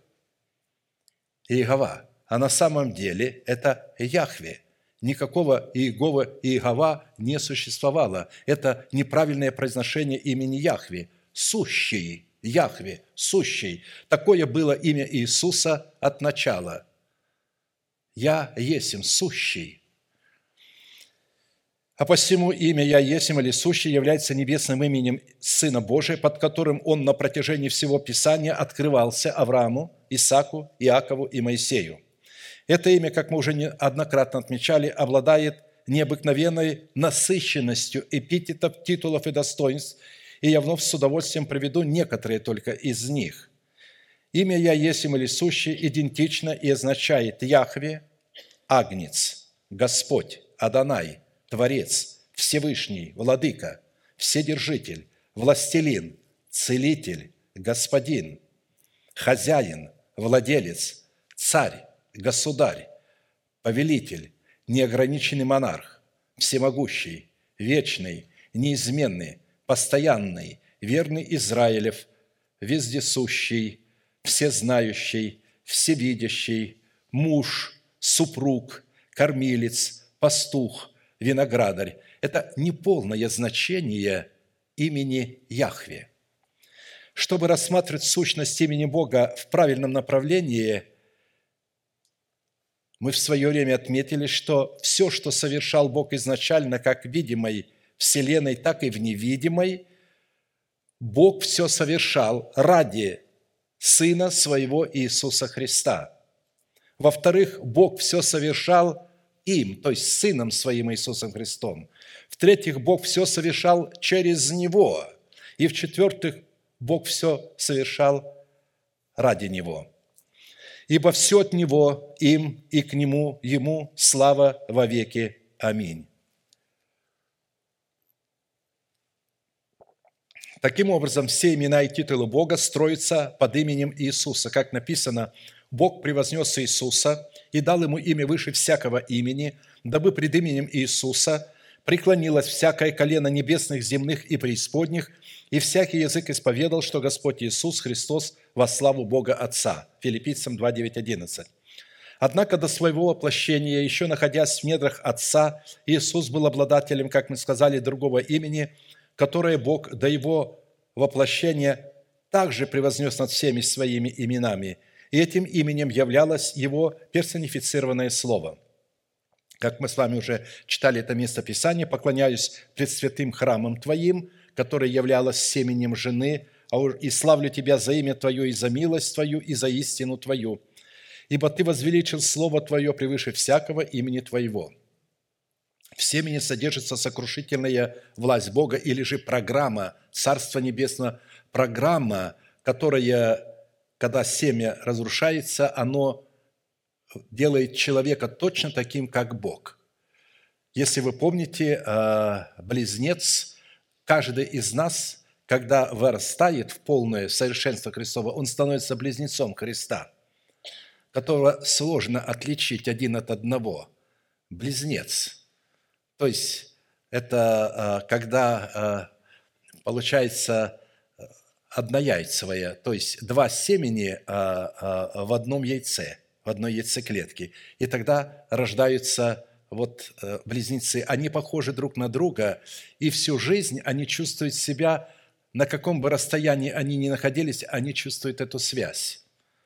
Иегова. А на самом деле это Яхве. Никакого Иегова и Иегова не существовало. Это неправильное произношение имени Яхве. Сущий, Яхве, сущий. Такое было имя Иисуса от начала. «Я есим, сущий». А посему имя «Я есим» или «Сущий» является небесным именем Сына Божия, под которым Он на протяжении всего Писания открывался Аврааму, Исааку, Иакову и Моисею. Это имя, как мы уже неоднократно отмечали, обладает необыкновенной насыщенностью эпитетов, титулов и достоинств, и я вновь с удовольствием приведу некоторые только из них. Имя «Я есим» или «Сущий» идентично и означает Яхве, Агнец, Господь, Адонай, Творец, Всевышний, Владыка, Вседержитель, Властелин, Целитель, Господин, Хозяин, Владелец, Царь, Государь, Повелитель, неограниченный монарх, всемогущий, вечный, неизменный, постоянный, верный Израилев, вездесущий, всезнающий, всевидящий, муж, супруг, кормилец, пастух, виноградарь. Это неполное значение имени Яхве. Чтобы рассматривать сущность имени Бога в правильном направлении, мы в свое время отметили, что все, что совершал Бог изначально, как в видимой вселенной, так и в невидимой, Бог все совершал ради Сына Своего Иисуса Христа. Во-вторых, Бог все совершал им, то есть Сыном Своим Иисусом Христом. В-третьих, Бог все совершал через Него. И в-четвертых, Бог все совершал ради Него. Ибо все от Него, им и к Нему, Ему слава во веки. Аминь. Таким образом, все имена и титулы Бога строятся под именем Иисуса. Как написано, Бог превознес Иисуса и дал Ему имя выше всякого имени, дабы пред именем Иисуса преклонилось всякое колено небесных, земных и преисподних, и всякий язык исповедал, что Господь Иисус Христос во славу Бога Отца. Филиппийцам 2, 9, 11. Однако до своего воплощения, еще находясь в недрах Отца, Иисус был обладателем, как мы сказали, другого имени, которое Бог до Его воплощения также превознес над всеми своими именами, и этим именем являлось Его персонифицированное Слово. Как мы с вами уже читали это место Писания, «Поклоняюсь пред святым храмом Твоим, которое являлось семенем жены, и славлю Тебя за имя Твое, и за милость Твою, и за истину Твою. Ибо Ты возвеличил Слово Твое превыше всякого имени Твоего». В семени содержится сокрушительная власть Бога или же программа Царства Небесного, программа, которая, когда семя разрушается, оно делает человека точно таким, как Бог. Если вы помните, близнец, каждый из нас, когда вырастает в полное совершенство Христово, он становится близнецом Христа, которого сложно отличить один от одного. Близнец. То есть это когда получается однояйцевое, то есть два семени в одном яйце, в одной яйцеклетке. И тогда рождаются близнецы. Они похожи друг на друга, и всю жизнь они чувствуют себя, на каком бы расстоянии они ни находились, они чувствуют эту связь.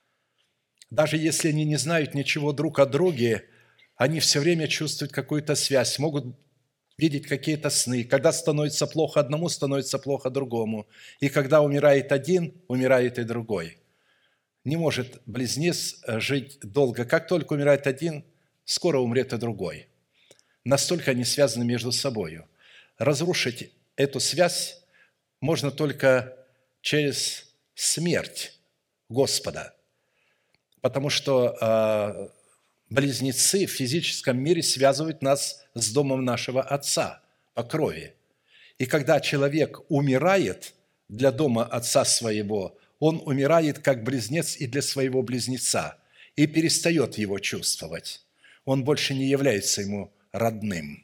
Даже если они не знают ничего друг о друге, они все время чувствуют какую-то связь, могут видеть какие-то сны. Когда становится плохо одному, становится плохо другому. И когда умирает один, умирает и другой. Не может близнец жить долго. Как только умирает один, скоро умрет и другой. Настолько они связаны между собой. Разрушить эту связь можно только через смерть Господа. Потому что близнецы в физическом мире связывают нас с домом нашего Отца по крови. И когда человек умирает для дома Отца своего, он умирает как близнец и для своего близнеца и перестает его чувствовать. Он больше не является ему родным.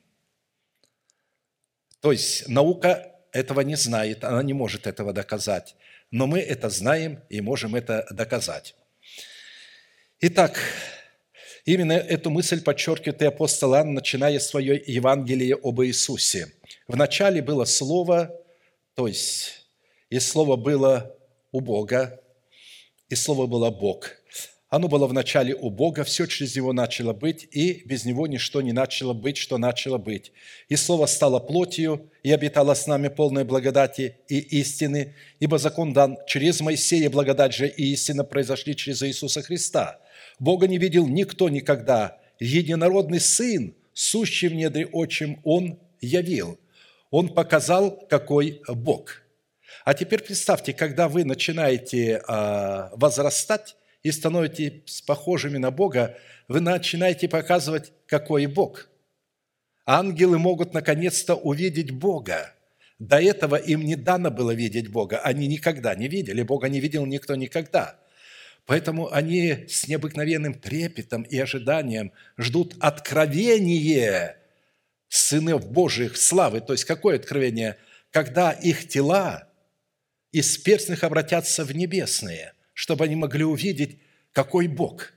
То есть наука этого не знает, она не может этого доказать. Но мы это знаем и можем это доказать. Итак, именно эту мысль подчеркивает и апостол Иоанн, начиная свое Евангелие об Иисусе. Вначале было Слово, то есть и Слово было у Бога, и Слово было Бог. Оно было вначале у Бога, все через Него начало быть, и без Него ничто не начало быть, что начало быть. И Слово стало плотью, и обитало с нами полной благодати и истины, ибо закон дан через Моисея, благодать же и истина произошли через Иисуса Христа. Бога не видел никто никогда. Единородный Сын, сущий в недре отчим, Он явил. Он показал, какой Бог. А теперь представьте, когда вы начинаете возрастать и становитесь похожими на Бога, вы начинаете показывать, какой Бог. Ангелы могут наконец-то увидеть Бога. До этого им не дано было видеть Бога. Они никогда не видели. Бога не видел никто никогда. Поэтому они с необыкновенным трепетом и ожиданием ждут откровения сынов Божьих славы. То есть какое откровение? Когда их тела из перстных обратятся в небесные, чтобы они могли увидеть, какой Бог.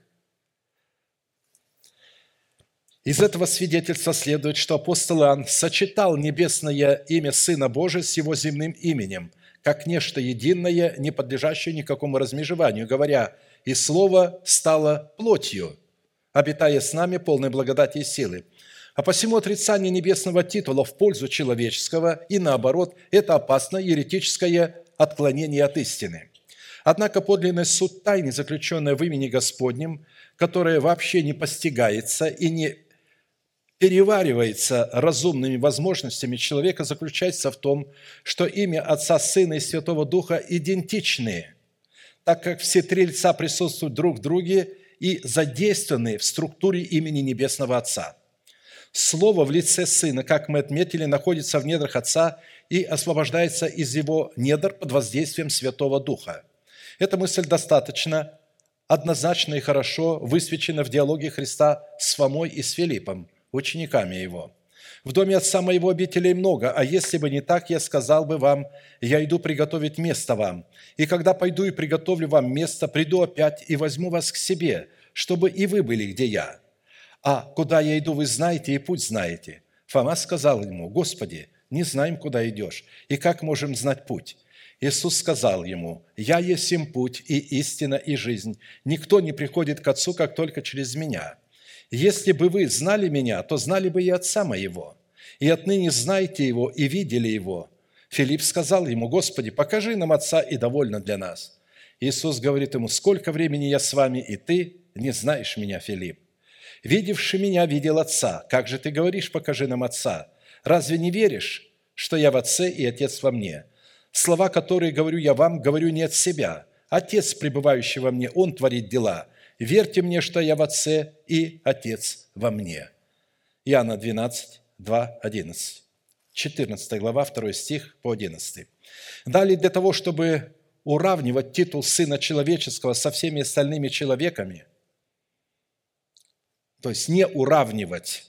Из этого свидетельства следует, что апостол Иоанн сочетал небесное имя Сына Божия с его земным именем, как нечто единое, не подлежащее никакому размежеванию, говоря: «И Слово стало плотью, обитая с нами полной благодати и силы». А посему отрицание небесного титула в пользу человеческого и наоборот – это опасное еретическое отклонение от истины. Однако подлинная суть тайны, заключенная в имени Господнем, которая вообще не постигается и не переваривается разумными возможностями человека, заключается в том, что имя Отца, Сына и Святого Духа идентичны, так как все три лица присутствуют друг в друге и задействованы в структуре имени Небесного Отца. Слово в лице Сына, как мы отметили, находится в недрах Отца и освобождается из его недр под воздействием Святого Духа. Эта мысль достаточно однозначно и хорошо высвечена в диалоге Христа с Фомой и с Филиппом, учениками его. «В доме Отца моего обителей много, а если бы не так, я сказал бы вам, я иду приготовить место вам. И когда пойду и приготовлю вам место, приду опять и возьму вас к себе, чтобы и вы были, где я. А куда я иду, вы знаете, и путь знаете». Фома сказал ему: «Господи, не знаем, куда идешь, и как можем знать путь?» Иисус сказал ему: «Я есть им путь и истина и жизнь. Никто не приходит к Отцу, как только через Меня. Если бы вы знали Меня, то знали бы и Отца Моего. И отныне знаете Его и видели Его». Филипп сказал ему: «Господи, покажи нам Отца, и довольно для нас». Иисус говорит ему: «Сколько времени я с вами, и ты не знаешь Меня, Филипп? Видевший Меня видел Отца. Как же ты говоришь: покажи нам Отца? Разве не веришь, что я в Отце и Отец во мне? Слова, которые говорю я вам, говорю не от себя. Отец, пребывающий во мне, Он творит дела. Верьте мне, что я в Отце и Отец во мне». Иоанна 12, 2, 11. 14 глава, 2 стих по 11. Далее, для того, чтобы уравнивать титул Сына Человеческого со всеми остальными человеками, то есть не уравнивать,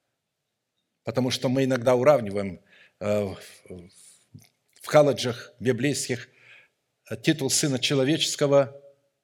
потому что мы иногда уравниваем в колледжах библейских, титул Сына Человеческого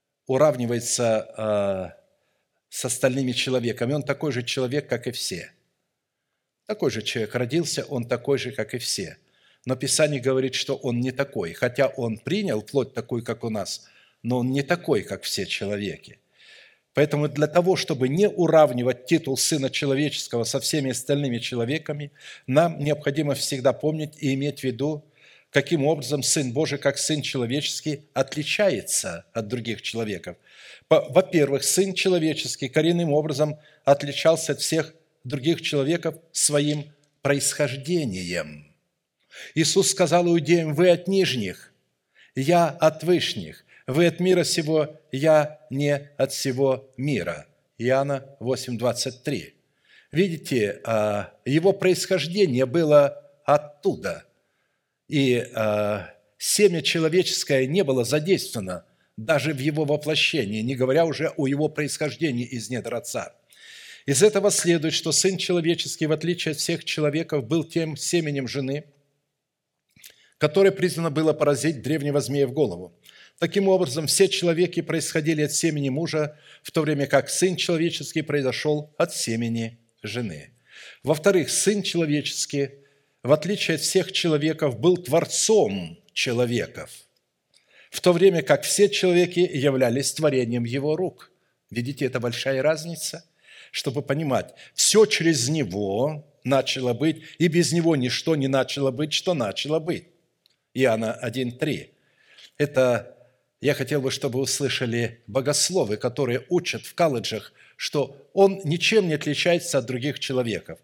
уравнивается с остальными человеками. Он такой же человек, как и все. Такой же человек родился, он такой же, как и все. Но Писание говорит, что он не такой. Хотя он принял плоть такую, как у нас, но он не такой, как все человеки. Поэтому для того, чтобы не уравнивать титул Сына Человеческого со всеми остальными человеками, нам необходимо всегда помнить и иметь в виду, каким образом Сын Божий, как Сын Человеческий, отличается от других человеков. Во-первых, Сын Человеческий коренным образом отличался от всех других человеков своим происхождением. Иисус сказал иудеям: «Вы от нижних, я от вышних, вы от мира сего, я не от всего мира». Иоанна 8, 23. Видите, его происхождение было оттуда, и семя человеческое не было задействовано даже в его воплощении, не говоря уже о его происхождении из недр Отца. Из этого следует, что Сын Человеческий, в отличие от всех человеков, был тем семенем жены, которое призвано было поразить древнего змея в голову. Таким образом, все человеки происходили от семени мужа, в то время как Сын Человеческий произошел от семени жены. Во-вторых, Сын Человеческий, в отличие от всех человеков, был Творцом человеков, в то время как все человеки являлись творением Его рук. Видите, это большая разница? Чтобы понимать, все через Него начало быть, и без Него ничто не начало быть, что начало быть. Иоанна 1:3. Это я хотел бы, чтобы услышали богословы, которые учат в колледжах, что Он ничем не отличается от других человеков.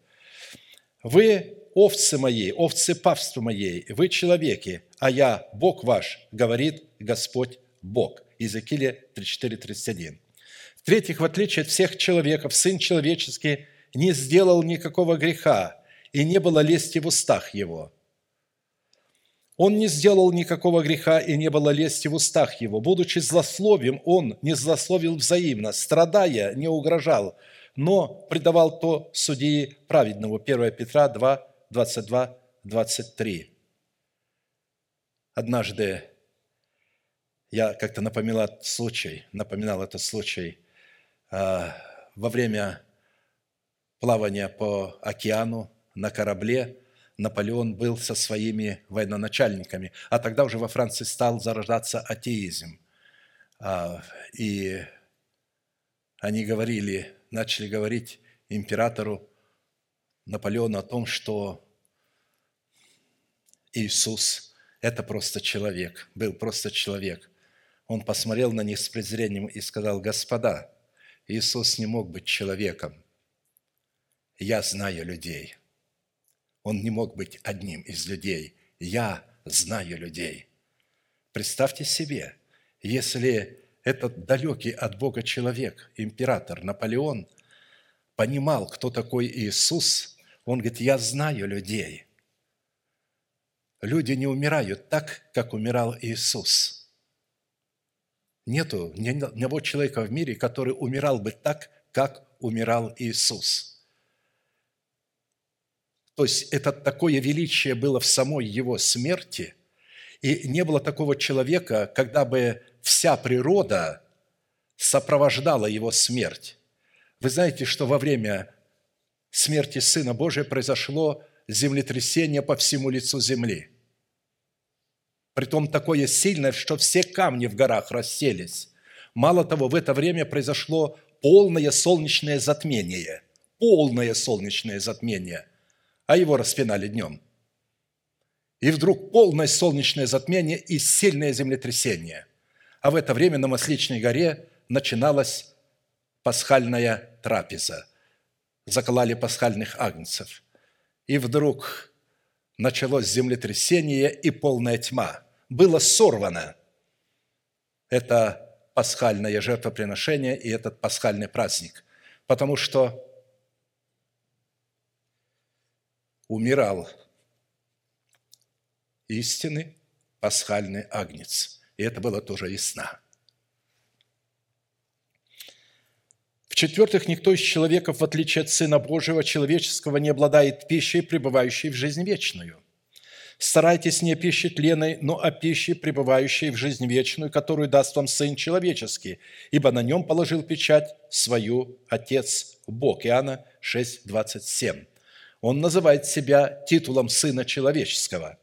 «Вы овцы мои, овцы паства моей, вы человеки, а я Бог ваш, говорит Господь Бог». Иезекииля 34:31. В-третьих, в отличие от всех человеков, Сын Человеческий не сделал никакого греха, и не было лести в устах Его. Он не сделал никакого греха, и не было лести в устах Его. Будучи злословием, Он не злословил взаимно, страдая, не угрожал, но предавал то судьи праведному. 1 Петра 2, 22, 23. Однажды я как-то напоминал этот случай во время плавания по океану на корабле. Наполеон был со своими военачальниками, а тогда уже во Франции стал зарождаться атеизм. И они начали говорить императору Наполеону о том, что Иисус – это просто человек, был просто человек. Он посмотрел на них с презрением и сказал: «Господа, Иисус не мог быть человеком. Я знаю людей». Он не мог быть одним из людей. Я знаю людей. Представьте себе, если этот далекий от Бога человек, император Наполеон, понимал, кто такой Иисус, он говорит: я знаю людей. Люди не умирают так, как умирал Иисус. Нету ни одного человека в мире, который умирал бы так, как умирал Иисус. То есть это такое величие было в самой Его смерти, и не было такого человека, когда бы вся природа сопровождала Его смерть. Вы знаете, что во время смерти Сына Божия произошло землетрясение по всему лицу земли. притом такое сильное, что все камни в горах расселись. Мало того, в это время произошло полное солнечное затмение, а его распинали днем. И вдруг полное солнечное затмение и сильное землетрясение. А в это время на Масличной горе начиналась пасхальная трапеза. Закололи пасхальных агнцев. И вдруг началось землетрясение и полная тьма. Было сорвано это пасхальное жертвоприношение и этот пасхальный праздник, потому что умирал истинный пасхальный агнец. И это было тоже из сна. В-четвертых, никто из человеков, в отличие от Сына Божьего, человеческого, не обладает пищей, пребывающей в жизнь вечную. Старайтесь не о пище тленной, но о пище, пребывающей в жизнь вечную, которую даст вам Сын Человеческий, ибо на нем положил печать свою Отец Бог». Иоанна 6, 27. Он называет себя титулом Сына Человеческого.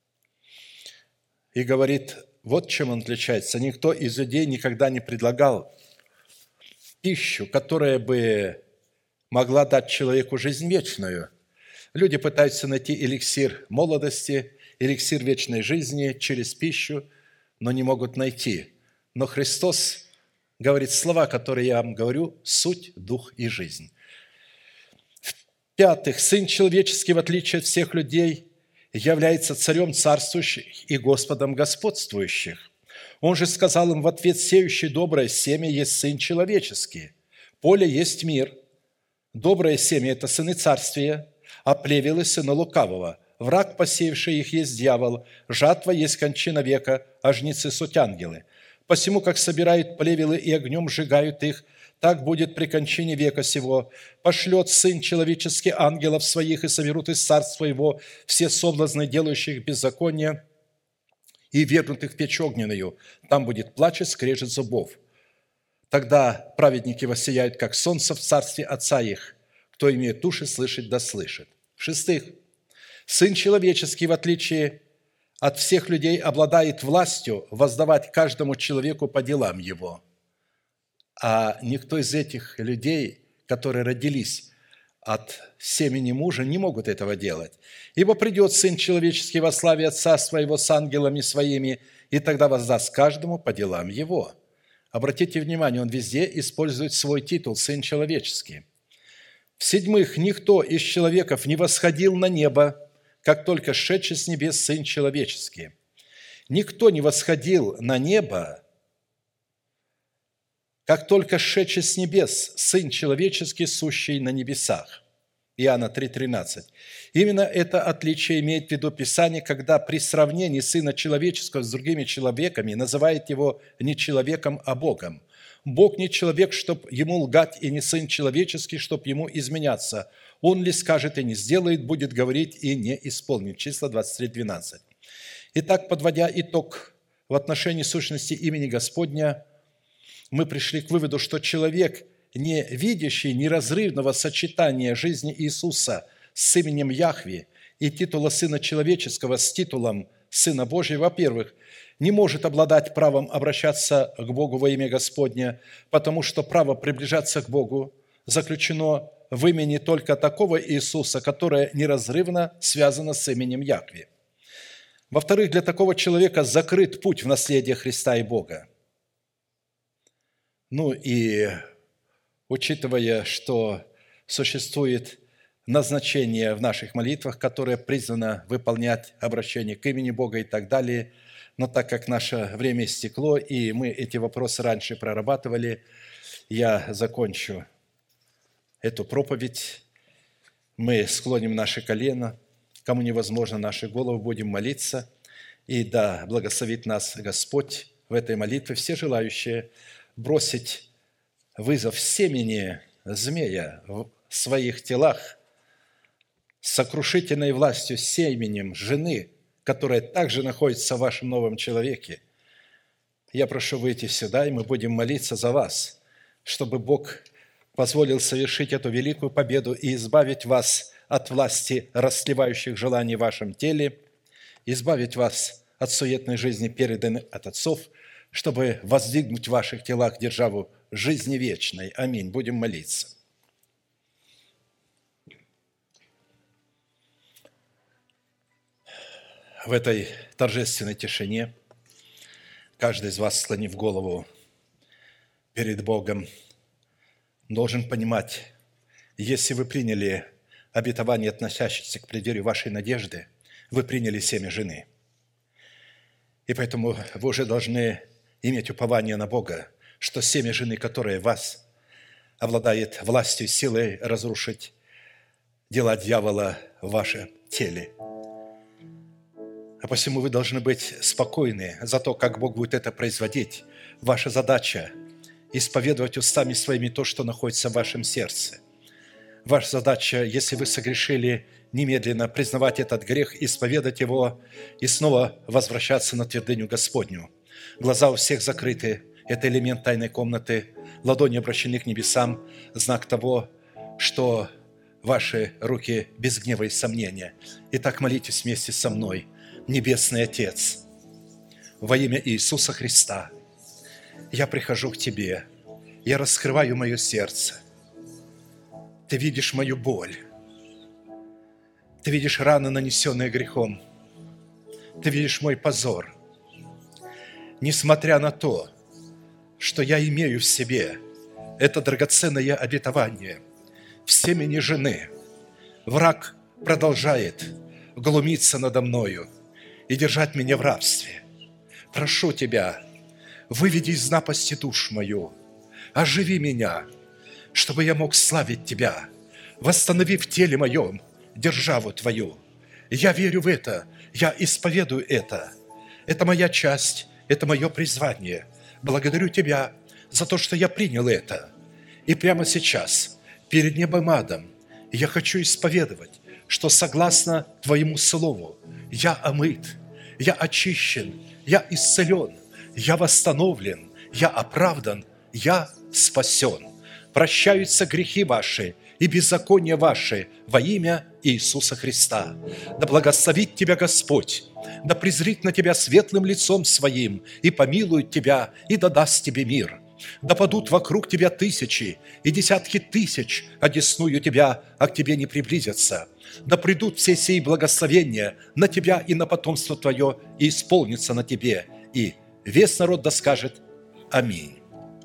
И говорит, вот чем он отличается. Никто из людей никогда не предлагал пищу, которая бы могла дать человеку жизнь вечную. Люди пытаются найти эликсир молодости, эликсир вечной жизни через пищу, но не могут найти. Но Христос говорит слова, которые я вам говорю, суть, дух и жизнь. В-пятых, Сын Человеческий, в отличие от всех людей, является царем царствующих и Господом господствующих. Он же сказал им в ответ: «Сеющий доброе семя есть Сын Человеческий. Поле есть мир. Доброе семя – это сыны царствия, а плевелы – сыны лукавого. Враг, посеявший их, есть дьявол. Жатва есть кончина века, а жнецы – суть ангелы. Посему, как собирают плевелы и огнем сжигают их, так будет при кончине века сего. Пошлет Сын Человеческий ангелов своих, и соберут из царства его все соблазны, делающих беззаконие, и вернутых в печь огненную. Там будет плач и скрежет зубов. Тогда праведники воссияют, как солнце в царстве Отца их. Кто имеет уши слышать, да слышит». В-шестых, Сын Человеческий, в отличие от всех людей, обладает властью воздавать каждому человеку по делам его. А никто из этих людей, которые родились от семени мужа, не могут этого делать. «Ибо придет Сын Человеческий во славе Отца Своего с ангелами Своими, и тогда воздаст каждому по делам его». Обратите внимание, он везде использует свой титул «Сын Человеческий». В-седьмых, никто из человеков не восходил на небо, как только сшедший с небес Сын Человеческий. Никто не восходил на небо, как только сшедший с небес Сын Человеческий, сущий на небесах. Иоанна 3,13. Именно это отличие имеет в виду Писание, когда при сравнении Сына Человеческого с другими человеками называет его не человеком, а Богом. Бог не человек, чтоб ему лгать, и не Сын Человеческий, чтоб ему изменяться. Он ли скажет и не сделает, будет говорить и не исполнит. Числа 23:12. Итак, подводя итог в отношении сущности имени Господня, мы пришли к выводу, что человек, не видящий неразрывного сочетания жизни Иисуса с именем Яхве и титула Сына Человеческого с титулом Сына Божьего, во-первых, не может обладать правом обращаться к Богу во имя Господне, потому что право приближаться к Богу заключено в имени только такого Иисуса, которое неразрывно связано с именем Яхве. Во-вторых, для такого человека закрыт путь в наследие Христа и Бога. Ну и учитывая, что существует назначение в наших молитвах, которое призвано выполнять обращение к имени Бога и так далее, но так как наше время истекло, и мы эти вопросы раньше прорабатывали, я закончу эту проповедь. Мы склоним наши колена, кому невозможно, наши головы, будем молиться, и да благословит нас Господь в этой молитве. Все желающие бросить вызов семени змея в своих телах с сокрушительной властью семенем жены, которая также находится в вашем новом человеке. Я прошу выйти сюда, и мы будем молиться за вас, чтобы Бог позволил совершить эту великую победу и избавить вас от власти растлевающих желаний в вашем теле, избавить вас от от суетной жизни, переданы от отцов, чтобы воздвигнуть в ваших телах державу жизни вечной. Аминь. Будем молиться. В этой торжественной тишине, каждый из вас, склонив голову перед Богом, должен понимать, если вы приняли обетование, относящееся к преддверию вашей надежды, вы приняли семя жены. И поэтому вы уже должны иметь упование на Бога, что семя жены, которое вас обладает властью и силой разрушить дела дьявола в вашем теле. А посему вы должны быть спокойны за то, как Бог будет это производить. Ваша задача – исповедовать устами своими то, что находится в вашем сердце. Ваша задача, если вы согрешили, немедленно признавать этот грех, исповедать его и снова возвращаться на твердыню Господню. Глаза у всех закрыты, это элемент тайной комнаты, ладони обращены к небесам, знак того, что ваши руки без гнева и сомнения. Итак, молитесь вместе со мной. Небесный Отец, во имя Иисуса Христа, я прихожу к Тебе, я раскрываю мое сердце. Ты видишь мою боль, Ты видишь раны, нанесенные грехом, Ты видишь мой позор. Несмотря на то, что я имею в себе это драгоценное обетование в семени жены, враг продолжает глумиться надо мною и держать меня в рабстве. Прошу Тебя, выведи из напасти душ мою, оживи меня, чтобы я мог славить Тебя, восстанови в теле моем державу Твою. Я верю в это, я исповедую это. Это моя часть, это мое призвание. Благодарю Тебя за то, что я принял это. И прямо сейчас, перед небом и адом, я хочу исповедовать, что согласно Твоему Слову я омыт, я очищен, я исцелен, я восстановлен, я оправдан, я спасен. Прощаются грехи ваши и беззакония ваши во имя Иисуса Христа. Да благословит тебя Господь, да презрит на тебя светлым лицом Своим и помилует тебя, и да даст тебе мир. Да падут вокруг тебя тысячи и десятки тысяч, одесную тебя, а к тебе не приблизятся. Да придут все сии благословения на тебя и на потомство твое, и исполнится на тебе. И весь народ да скажет Аминь.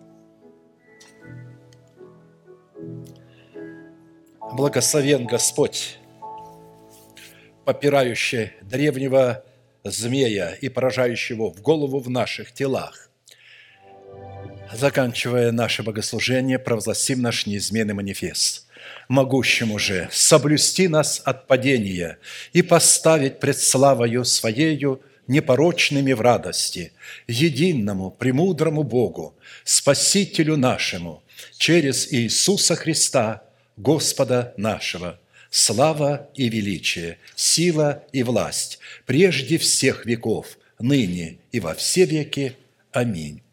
Благословен Господь, попирающий древнего змея и поражающего в голову в наших телах. Заканчивая наше богослужение, провозгласим наш неизменный манифест. Могущему же соблюсти нас от падения и поставить пред славою Своею непорочными в радости, единому, премудрому Богу, Спасителю нашему, через Иисуса Христа, Господа нашего, слава и величие, сила и власть, прежде всех веков, ныне и во все веки. Аминь.